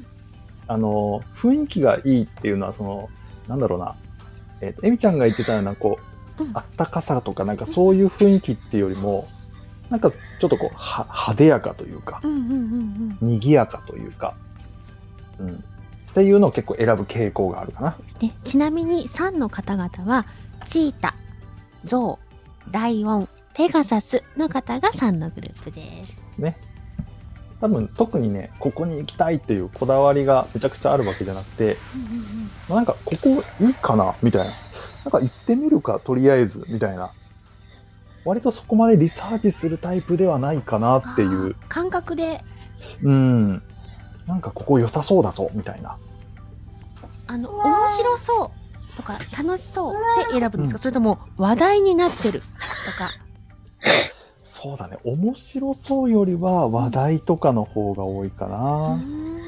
[SPEAKER 6] 雰囲気がいいっていうのは、なんだろうな、エミちゃんが言ってたような、あったかさとか、なんかそういう雰囲気っていうよりも、なんかちょっと派手やかというか、賑やかというか、っていうのを結構選ぶ傾向があるかな。
[SPEAKER 3] ちなみに3の方々は、チータ、ゾウ、ライオン、ペガサスの方が3のグループです。
[SPEAKER 6] ね。多分特にね、ここに行きたいっていうこだわりがめちゃくちゃあるわけじゃなくて、なんかここいいかなみたいな。なんか行ってみるかとりあえずみたいな。割とそこまでリサーチするタイプではないかなっていう。
[SPEAKER 3] 感覚で。
[SPEAKER 6] なんかここ良さそうだぞみたいな。
[SPEAKER 3] 面白そうとか楽しそうで選ぶんですか、それとも話題になってるとか。
[SPEAKER 6] そうだね。面白そうよりは話題とかの方が多いかな。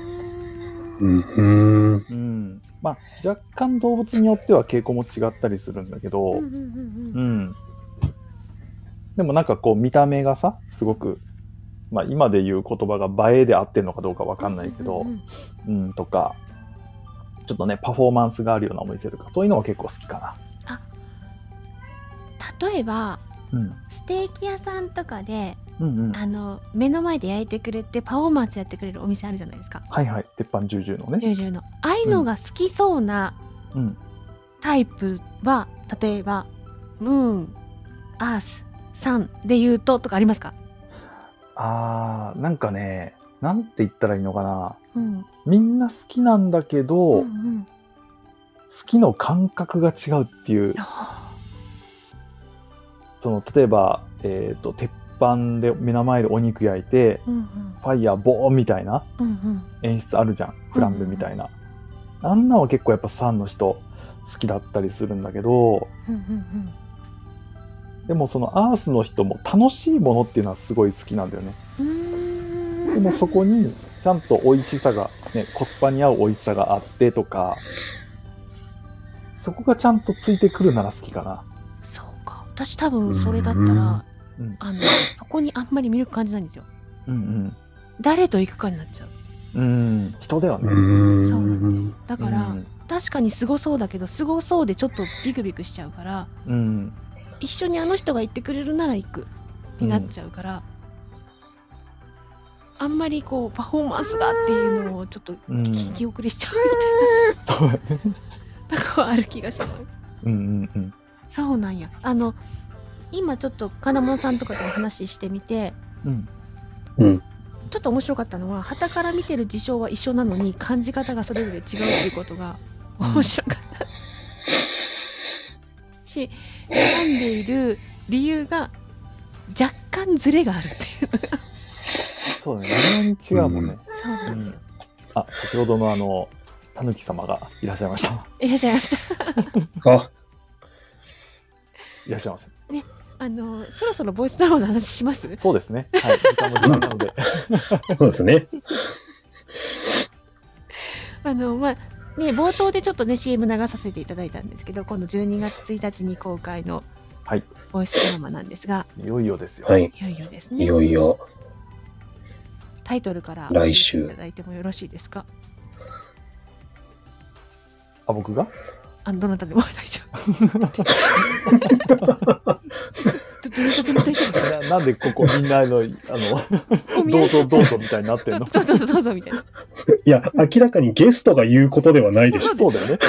[SPEAKER 6] まあ若干動物によっては傾向も違ったりするんだけど、でもなんか見た目がさ、すごく、まあ今で言う言葉が映えで合ってるのかどうかわかんないけど、とか、ちょっとね、パフォーマンスがあるようなお店とか、そういうのは結構好きかな。
[SPEAKER 3] 例えば、ステーキ屋さんとかで、目の前で焼いてくれてパフォーマンスやってくれるお店あるじゃないですか。
[SPEAKER 6] はいはい。鉄板重々のね。
[SPEAKER 3] 重々の。ああいうのが好きそうなタイプは、例えば、ムーン、アース、サンで言うとかありますか？
[SPEAKER 6] なんかね、なんて言ったらいいのかな。
[SPEAKER 5] うん。
[SPEAKER 6] みんな好きなんだけど、
[SPEAKER 5] うんうん。
[SPEAKER 6] 好きの感覚が違うっていう。例えば、鉄板で目の前でお肉焼いて、
[SPEAKER 5] うんうん。
[SPEAKER 6] ファイヤーボーンみたいな
[SPEAKER 5] うんうん。
[SPEAKER 6] 演出あるじゃん。フランベみたいな。あんなは結構やっぱサンの人好きだったりするんだけど、
[SPEAKER 5] うんうん
[SPEAKER 6] でもそのアースの人も楽しいものっていうのはすごい好きなんだよね。でもそこにちゃんと美味しさが、ね、コスパに合う美味しさがあってとか、そこがちゃんとついてくるなら好きかな。
[SPEAKER 5] そうか。私多分それだったら、
[SPEAKER 6] うん、
[SPEAKER 5] そこにあんまり魅力感じないんですよ。
[SPEAKER 6] うんうん。
[SPEAKER 5] 誰と行くかになっちゃう。
[SPEAKER 6] 人だよね。
[SPEAKER 5] そうなんですよ。だから、確かにすごそうだけど、すごそうでちょっとビクビクしちゃうから、一緒にあの人が行ってくれるなら行くになっちゃうから、あんまりこうパフォーマンスがっていうのをちょっと聞き遅れしちゃうみたいな、そうとこはある気がします。そうなんや。今ちょっと金物さんとかと話してみて、ちょっと面白かったのは、傍から見てる事象は一緒なのに感じ方がそれぞれ違うっていうことが面白かった、し、選んでいる理由が若干ズレがあるっていうのが
[SPEAKER 6] そうだね、微妙に違うもんね。
[SPEAKER 5] そうなんですよ。
[SPEAKER 6] 先ほどのたぬき様がいらっしゃいました。
[SPEAKER 5] いらっしゃいました。
[SPEAKER 6] いらっしゃいませ。
[SPEAKER 5] ね、そろそろボイスドラマの話します？
[SPEAKER 6] そうですね。はい、時間も時間なので。
[SPEAKER 7] そうですね。
[SPEAKER 5] 冒頭でちょっとね CM 流させていただいたんですけど、今度12月1日に公開のボイスドラマなんですが、
[SPEAKER 6] いよいよですよ。
[SPEAKER 7] はい。
[SPEAKER 5] いよいよですね。
[SPEAKER 7] いよいよ。
[SPEAKER 5] タイトルから
[SPEAKER 7] 来週
[SPEAKER 5] いただいてもよろしいですか？
[SPEAKER 6] 僕が？
[SPEAKER 5] どなたでも大丈夫。
[SPEAKER 6] なんでここみんなどうぞみたいになってんの？
[SPEAKER 5] どうぞみたいな。
[SPEAKER 7] いや、明らかにゲストが言うことではないでしょ。
[SPEAKER 6] そうだよね。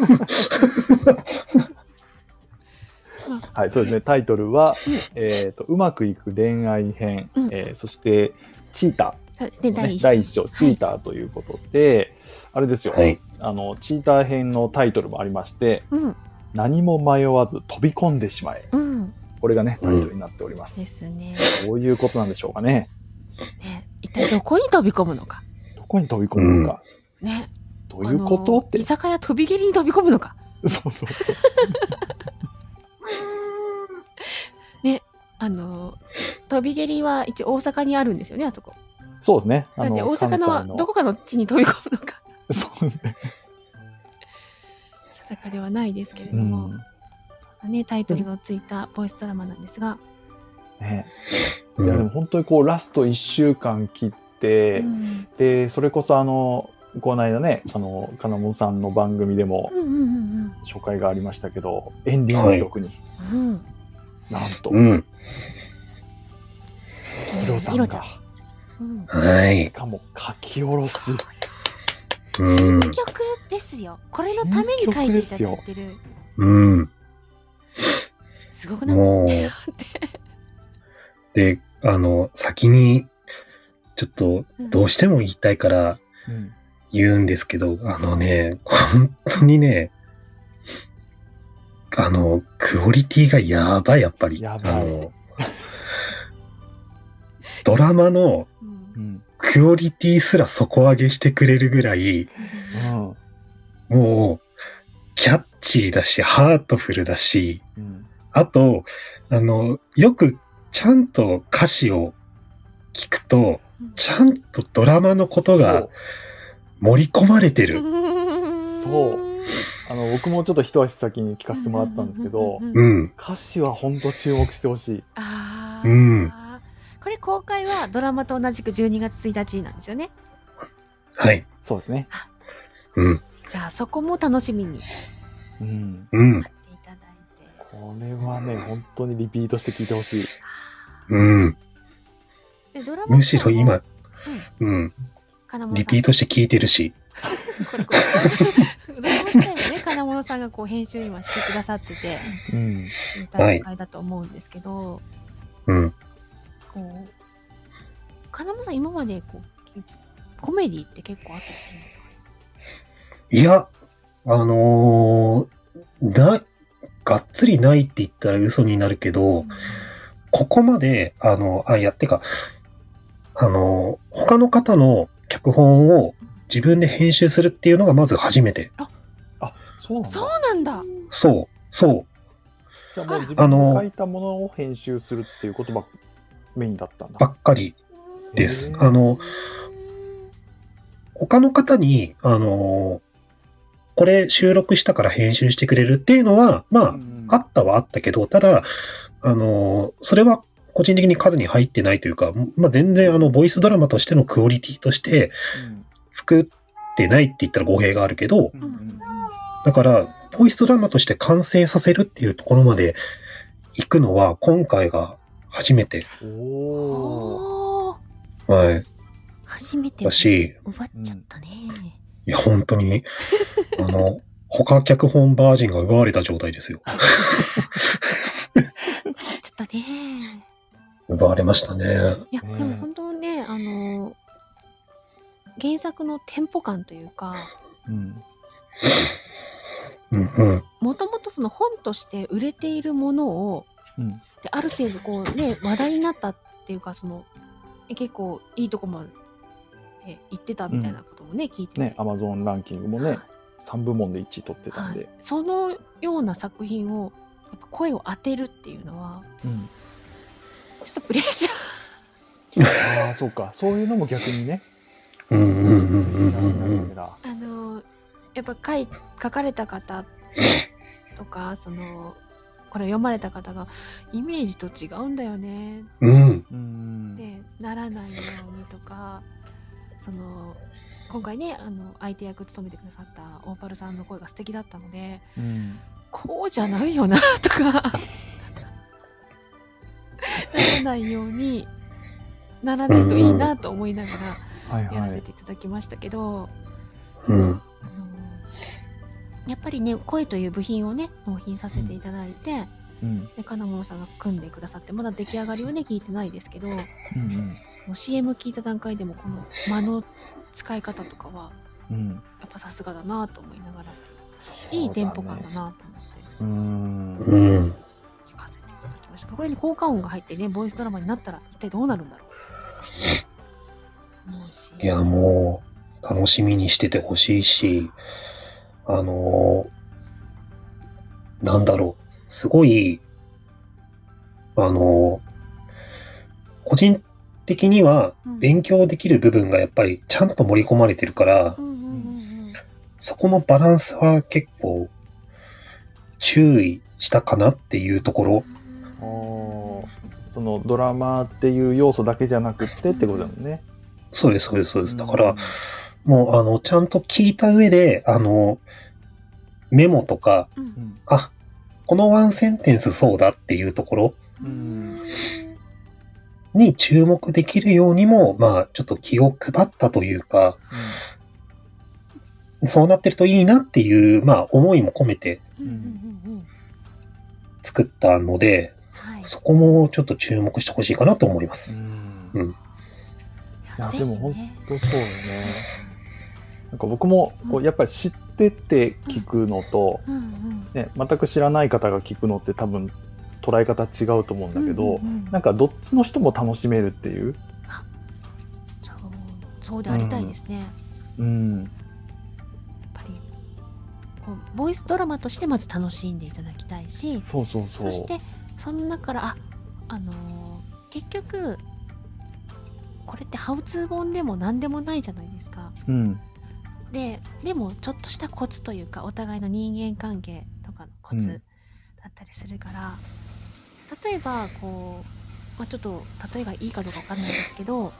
[SPEAKER 6] はい、そうですね。タイトルは、うまくいく恋愛編、そしてチーター、第一章チーターということで、あれですよ。チーター編のタイトルもありまして、何も迷わず飛び込んでしまえ。これがね、タイトルになっております。
[SPEAKER 5] ですね。
[SPEAKER 6] どういうことなんでしょうかね。
[SPEAKER 5] 一体どこに飛び込むのか。
[SPEAKER 6] どこに飛び込むのか。
[SPEAKER 5] ね。
[SPEAKER 6] どういうことって。
[SPEAKER 5] 居酒屋飛び蹴りに飛び込むのか。
[SPEAKER 6] そうそうそう。
[SPEAKER 5] ね、飛び蹴りは一応大阪にあるんですよね、あそこ。
[SPEAKER 6] そうですね。
[SPEAKER 5] なんで大阪のどこかの地に飛び込むのか。
[SPEAKER 6] そうですね。
[SPEAKER 5] 定かではないですけれども、タイトルのついたボイスドラマなんですが。
[SPEAKER 6] ね、いやでも本当にラスト1週間切って、で、それこそこの間ね、金本さんの番組でも紹介がありましたけど、エンディング曲に、なんと、ヒロさんが、しかも書き下ろし。
[SPEAKER 5] 新曲ですよ。これのために書いていただいてる。すごくない？もう
[SPEAKER 7] で、先に、ちょっと、どうしても言いたいから言うんですけど、本当にね、クオリティがやばい、やっぱり。
[SPEAKER 6] やばい。
[SPEAKER 7] ドラマのクオリティすら底上げしてくれるぐらい、もう、キャッチーだし、ハートフルだし、あと、よくちゃんと歌詞を聞くと、ちゃんとドラマのことが盛り込まれてる。
[SPEAKER 6] そう。僕もちょっと一足先に聞かせてもらったんですけど、歌詞は本当注目してほしい。
[SPEAKER 5] これ公開はドラマと同じく12月1日なんですよね。
[SPEAKER 7] はい。
[SPEAKER 6] そうですね。
[SPEAKER 5] じゃあそこも楽しみに待っていただいて。
[SPEAKER 6] これはね、本当にリピートして聞いてほしい。
[SPEAKER 7] むしろ今、リピートして聞いてるし。
[SPEAKER 5] ドラマ自体はね、金物さんが編集今してくださってて、大会だと思うんですけど、 金村さん今までこうコメディって結構あったりするんですか？
[SPEAKER 7] いや、がっつりないって言ったら嘘になるけど、ここまで、他の方の脚本を自分で編集するっていうのがまず初めて。
[SPEAKER 6] あ、そうなんだ。
[SPEAKER 5] そうなんだ。
[SPEAKER 7] そう。
[SPEAKER 6] じゃあもう自分で書いたものを編集するっていうことがメインだったんだ。
[SPEAKER 7] ばっかりです。他の方に、これ収録したから編集してくれるっていうのは、まあ、あったはあったけど、ただ、それは個人的に数に入ってないというか、まあ、全然ボイスドラマとしてのクオリティとして作ってないって言ったら語弊があるけど、だから、ボイスドラマとして完成させるっていうところまで行くのは今回が初めて。はい。
[SPEAKER 5] 初めて
[SPEAKER 7] だし、
[SPEAKER 5] 奪っちゃったね。
[SPEAKER 7] いや、本当に、他脚本バージンが奪われた状態ですよ。
[SPEAKER 5] ちょっとね。
[SPEAKER 7] 奪われましたね。
[SPEAKER 5] いや、でも本当ね、原作のテンポ感というか、もともとその本として売れているものを、である程度こうね、話題になったっていうか、その結構いいとこまで行ってたみたいなこともね、聞いて
[SPEAKER 6] ね、Amazon ランキングもね、3部門で1位取ってたんで、
[SPEAKER 5] そのような作品をやっぱ声を当てるっていうのは、ちょっとプレッシャー
[SPEAKER 6] ああ、そうか、そういうのも逆にね、
[SPEAKER 5] やっぱ書かれた方とか、そのこれを読まれた方がイメージと違うんだよねってならないようにとか、その今回ね、相手役務めてくださった大パルさんの声が素敵だったので、こうじゃないよなとかならないようにならないといいなと思いながらやらせていただきましたけど、やっぱりね、声という部品をね納品させていただいて、で金物さんが組んでくださって、まだ出来上がりはね聞いてないですけど、その CM 聞いた段階でもこの間の使い方とかは、やっぱさすがだなと思いながら、いいテンポ感だなと思って聞かせていただきました。これに効果音が入ってね、ボイスドラマになったら一体どうなるんだろう。
[SPEAKER 7] いや、もう楽しみにしててほしいし、なんだろう、すごい、個人的には勉強できる部分がやっぱりちゃんと盛り込まれてるから、そこのバランスは結構注意したかなっていうところ。
[SPEAKER 6] そのドラマっていう要素だけじゃなくてってことだもんね。
[SPEAKER 7] そうです。だから、もうちゃんと聞いた上で、メモとか、このワンセンテンスそうだっていうところに注目できるようにも、まあ、ちょっと気を配ったというか、そうなってるといいなっていう、まあ、思いも込めて作ったので、そこもちょっと注目してほしいかなと思います。
[SPEAKER 6] いや、でも本当そうよね。なんか僕もこうやっぱり知ってて聞くのと、ね、全く知らない方が聞くのって多分捉え方違うと思うんだけど、なんかどっちの人も楽しめるっていう。
[SPEAKER 5] そうでありたいですね。やっぱりこうボイスドラマとしてまず楽しんでいただきたいし、そしてその中から結局これってハウツー本でも何でもないじゃないですか。でもちょっとしたコツというか、お互いの人間関係とかのコツだったりするから、例えばこう、ちょっと例えがいいかどうかわかんないですけど、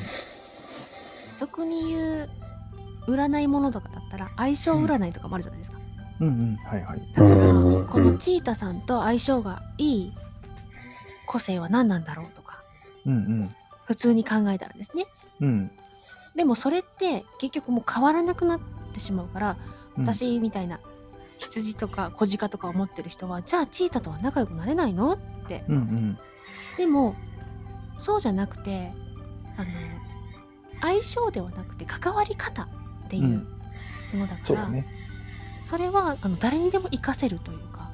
[SPEAKER 5] 俗に言う占い物とかだったら相性占いとかもあるじゃないですか。だからこのチータさんと相性がいい個性は何なんだろうとか、普通に考えたらですね。でもそれって結局もう変わらなくなってしまうから、私みたいな羊とか小鹿とかを持ってる人は、じゃあチータとは仲良くなれないのって、でもそうじゃなくて、 相性ではなくて関わり方っていうものだから、
[SPEAKER 6] そうだね。
[SPEAKER 5] それは誰にでも活かせるというか、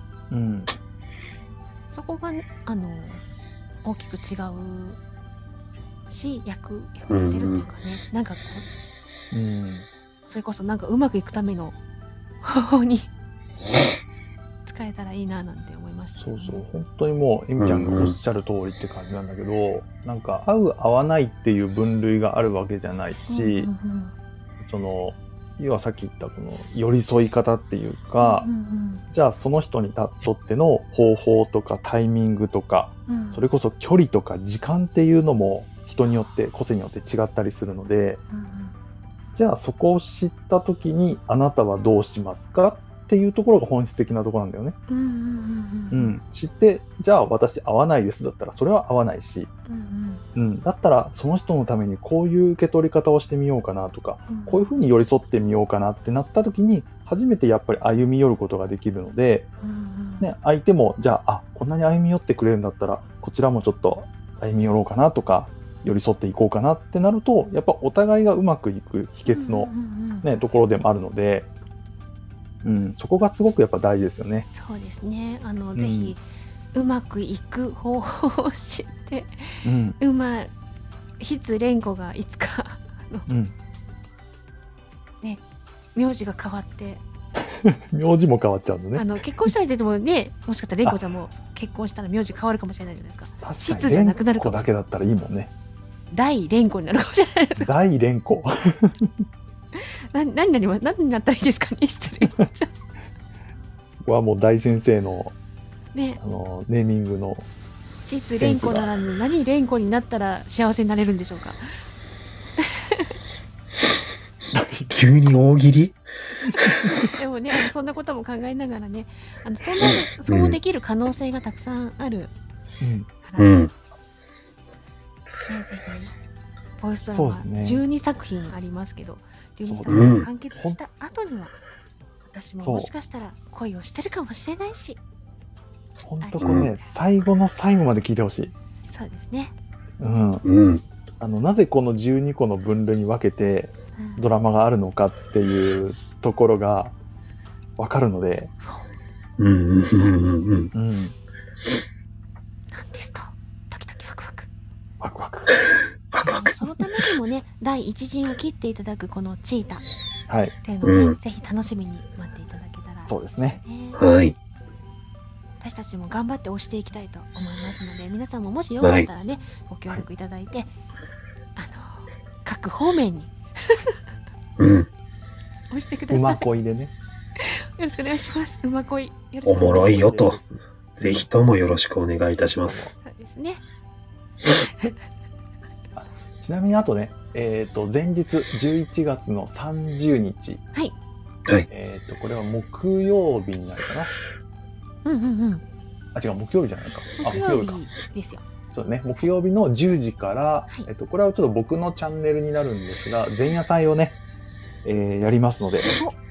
[SPEAKER 5] そこが大きく違うし、役立てるというかね、なんかこう、それこそなんかうまくいくための方法に使えたらいいななんて思いました、ね。
[SPEAKER 6] そうそう、本当にもうエミちゃんがおっしゃる通りって感じなんだけど、なんか合う合わないっていう分類があるわけじゃないし、その要はさっき言ったこの寄り添い方っていうか、じゃあその人にとっての方法とかタイミングとか、それこそ距離とか時間っていうのも人によって個性によって違ったりするので、じゃあそこを知った時にあなたはどうしますかっていうところが本質的なところなんだよね。知って、じゃあ私合わないですだったらそれは合わないし、だったらその人のためにこういう受け取り方をしてみようかなとか、こういうふうに寄り添ってみようかなってなった時に初めてやっぱり歩み寄ることができるので、相手もじゃあこんなに歩み寄ってくれるんだったらこちらもちょっと歩み寄ろうかなとか寄り添っていこうかなってなると、やっぱお互いがうまくいく秘訣の、ところでもあるので、そこがすごくやっぱ大事ですよね。
[SPEAKER 5] そうですね。ぜひうまくいく方法を知って、筆蓮子がいつかね、名字が変わって
[SPEAKER 6] 名字も変わっちゃうのね。
[SPEAKER 5] 結婚したらでもね、もしかしたら蓮子ちゃんも結婚したら名字変わるかもしれないじゃないですか。
[SPEAKER 6] 確かに
[SPEAKER 5] 筆じゃなくなるかも。
[SPEAKER 6] 蓮子だけだったらいいもんね。
[SPEAKER 5] 大蓮子になるかもしれないですか。
[SPEAKER 6] 大蓮子
[SPEAKER 5] 何になったらいいですかね、失礼ちゃん
[SPEAKER 6] はもう大先生の、
[SPEAKER 5] ね、
[SPEAKER 6] ネーミングの
[SPEAKER 5] 筆蓮子ならぬ何蓮子になったら幸せになれるんでしょうか。
[SPEAKER 7] 急に大喜利
[SPEAKER 5] でもね、そんなことも考えながらね、そうできる可能性がたくさんあるから、ぜひボイスドラマ12作品ありますけど、12作品完結した後には私ももしかしたら恋をしてるかもしれないし、
[SPEAKER 6] 本当これね、最後の最後まで聞いてほしい。
[SPEAKER 5] そうですね。
[SPEAKER 6] なぜこの12個の分類に分けてドラマがあるのかっていうところが分かるので、
[SPEAKER 5] なんですとドキドキワクワク
[SPEAKER 6] ワクワク
[SPEAKER 5] そのためにもね、第一陣を切っていただくこのチータっていうのをね、ぜひ楽しみに待っていただけたら、
[SPEAKER 6] そうですね。
[SPEAKER 7] はい。
[SPEAKER 5] 私たちも頑張って押していきたいと思いますので、皆さんももしよかったらね、ご協力いただいて、各方面に押してください。
[SPEAKER 6] 馬恋でね。
[SPEAKER 5] よろしくお願いします。馬恋。
[SPEAKER 7] おもろいよと、ぜひともよろしくお願いいたします。
[SPEAKER 5] そうですね。
[SPEAKER 6] ちなみにあとね、前日11月の30日。
[SPEAKER 5] はい。
[SPEAKER 6] これは木曜日になるかな。違う、木曜日じゃないか。
[SPEAKER 5] 木曜日ですよ。
[SPEAKER 6] そうね、木曜日の10時から、これはちょっと僕のチャンネルになるんですが、前夜祭をね、やりますので、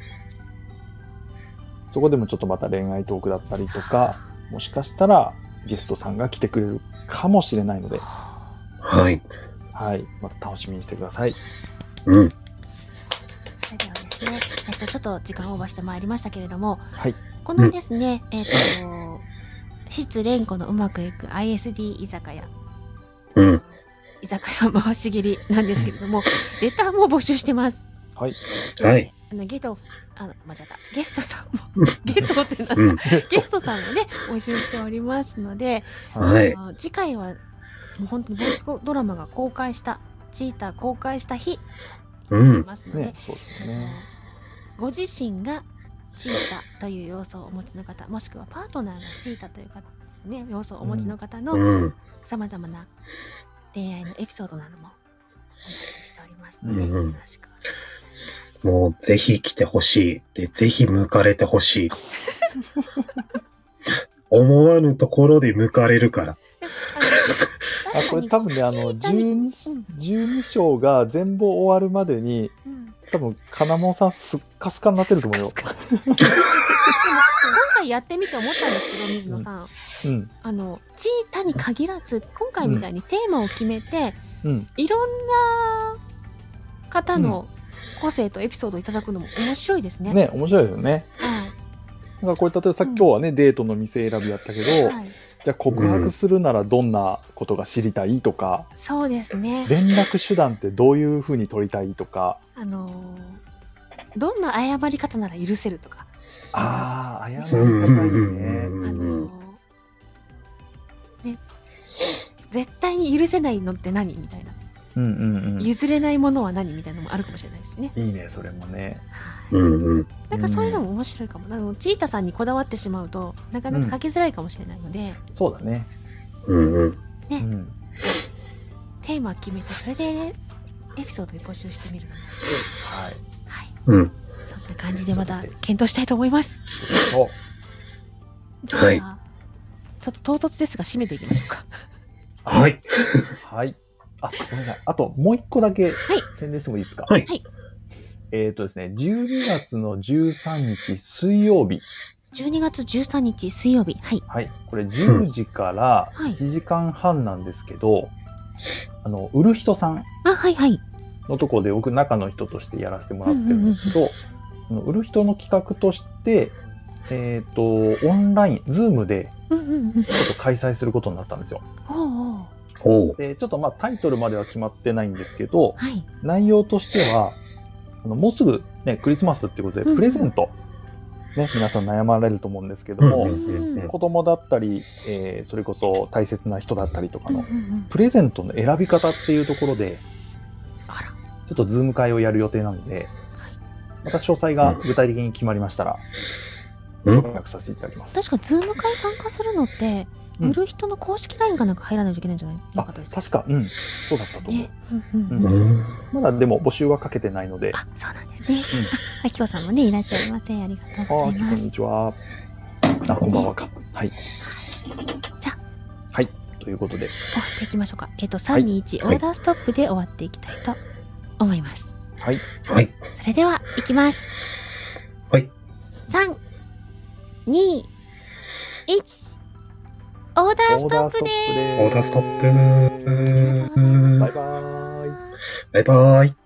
[SPEAKER 6] そこでもちょっとまた恋愛トークだったりとか、もしかしたらゲストさんが来てくれるかもしれないので、
[SPEAKER 7] はい。
[SPEAKER 6] また楽しみにしてください。
[SPEAKER 5] それではですね、ちょっと時間オーバーしてまいりましたけれども、このですね、筆蓮子のうまくいく ISD 居酒屋、居酒屋回し切りなんですけれども、レターも募集してます。
[SPEAKER 7] はい。
[SPEAKER 5] ゲストさんもゲストさんもね募集しておりますので、次回はもう本当にボイスドラマが公開したチーター公開した日になりますので、ご自身がチータという要素をお持ちの方、もしくはパートナーがチータというか、ね、要素をお持ちの方のさまざまな恋愛のエピソードなどもお待ちしておりますので、よろしくお願いします。
[SPEAKER 7] もうぜひ来てほしい。で、ぜひ向かれてほしい。思わぬところで向かれるから。
[SPEAKER 6] これ多分ね、12章が全部終わるまでに、多分、金門さんスッカスカになってると思うよ。
[SPEAKER 5] 今回やってみて思ったんですけど、水野さん。チータに限らず、今回みたいにテーマを決めて、 いろんな方の個性とエピソードをいただくのも面白いですね。
[SPEAKER 6] ね、面白いですよね。なんかこれ例えばさっき今日はね、デートの店選びやったけど、じゃあ告白するならどんなことが知りたいとか、
[SPEAKER 5] そうですね。
[SPEAKER 6] 連絡手段ってどういうふうに取りたいとか、
[SPEAKER 5] どんな謝り方なら許せるとか。
[SPEAKER 6] 謝り方いいね。
[SPEAKER 5] ね、絶対に許せないのって何みたいな。譲れないものは何みたいなのもあるかもしれないですね。
[SPEAKER 6] いいね、それもね。
[SPEAKER 5] なんかそういうのも面白いかも。チータさんにこだわってしまうとなかなか書きづらいかもしれないので、
[SPEAKER 6] そうだね。
[SPEAKER 5] ね、テーマ決めてそれでエピソードで募集してみるのも、そんな感じでまた検討したいと思います。じゃあちょっと唐突ですが締めていきましょうか。
[SPEAKER 6] はい。はい。ごめんなさい。あともう一個だけ宣伝してもいいですか。ですね、12月の13日水曜日。
[SPEAKER 5] 12月13日水曜日。
[SPEAKER 6] はい。これ10時から1時間半なんですけど、売る人さんのところで僕中の人としてやらせてもらってるんですけど、売る人の企画として、オンライン、ズームでちょっと開催することになったんですよ。で、ちょっとタイトルまでは決まってないんですけど、内容としては、もうすぐね、クリスマスっていうことで、プレゼント、ね、皆さん悩まれると思うんですけども、子供だったり、それこそ大切な人だったりとかの、プレゼントの選び方っていうところで、ちょっとズーム会をやる予定なので、また詳細が具体的に決まりましたら、ご連絡させていただきます。
[SPEAKER 5] 確かズーム会参加するのって、売る人の公式 LINE かなんか入らないといけないんじゃない
[SPEAKER 6] 確か、そうだったと思う。まだでも募集はかけてないので。
[SPEAKER 5] そうなんですね。あきこさんもね、いらっしゃいませ。ありがとうございます。
[SPEAKER 6] こんにちは。こんばんはか。はい。
[SPEAKER 5] じゃあ。
[SPEAKER 6] はい。ということで。
[SPEAKER 5] 終わっていきましょうか。3、2、1、オーダーストップで終わっていきたいと思います。
[SPEAKER 6] はい。
[SPEAKER 7] はい。
[SPEAKER 5] それでは、いきます。
[SPEAKER 7] はい。
[SPEAKER 5] 3、2、1。オーダーストップでーす。
[SPEAKER 7] オーダーストップ。
[SPEAKER 6] バイバーイ。
[SPEAKER 7] バイバーイ。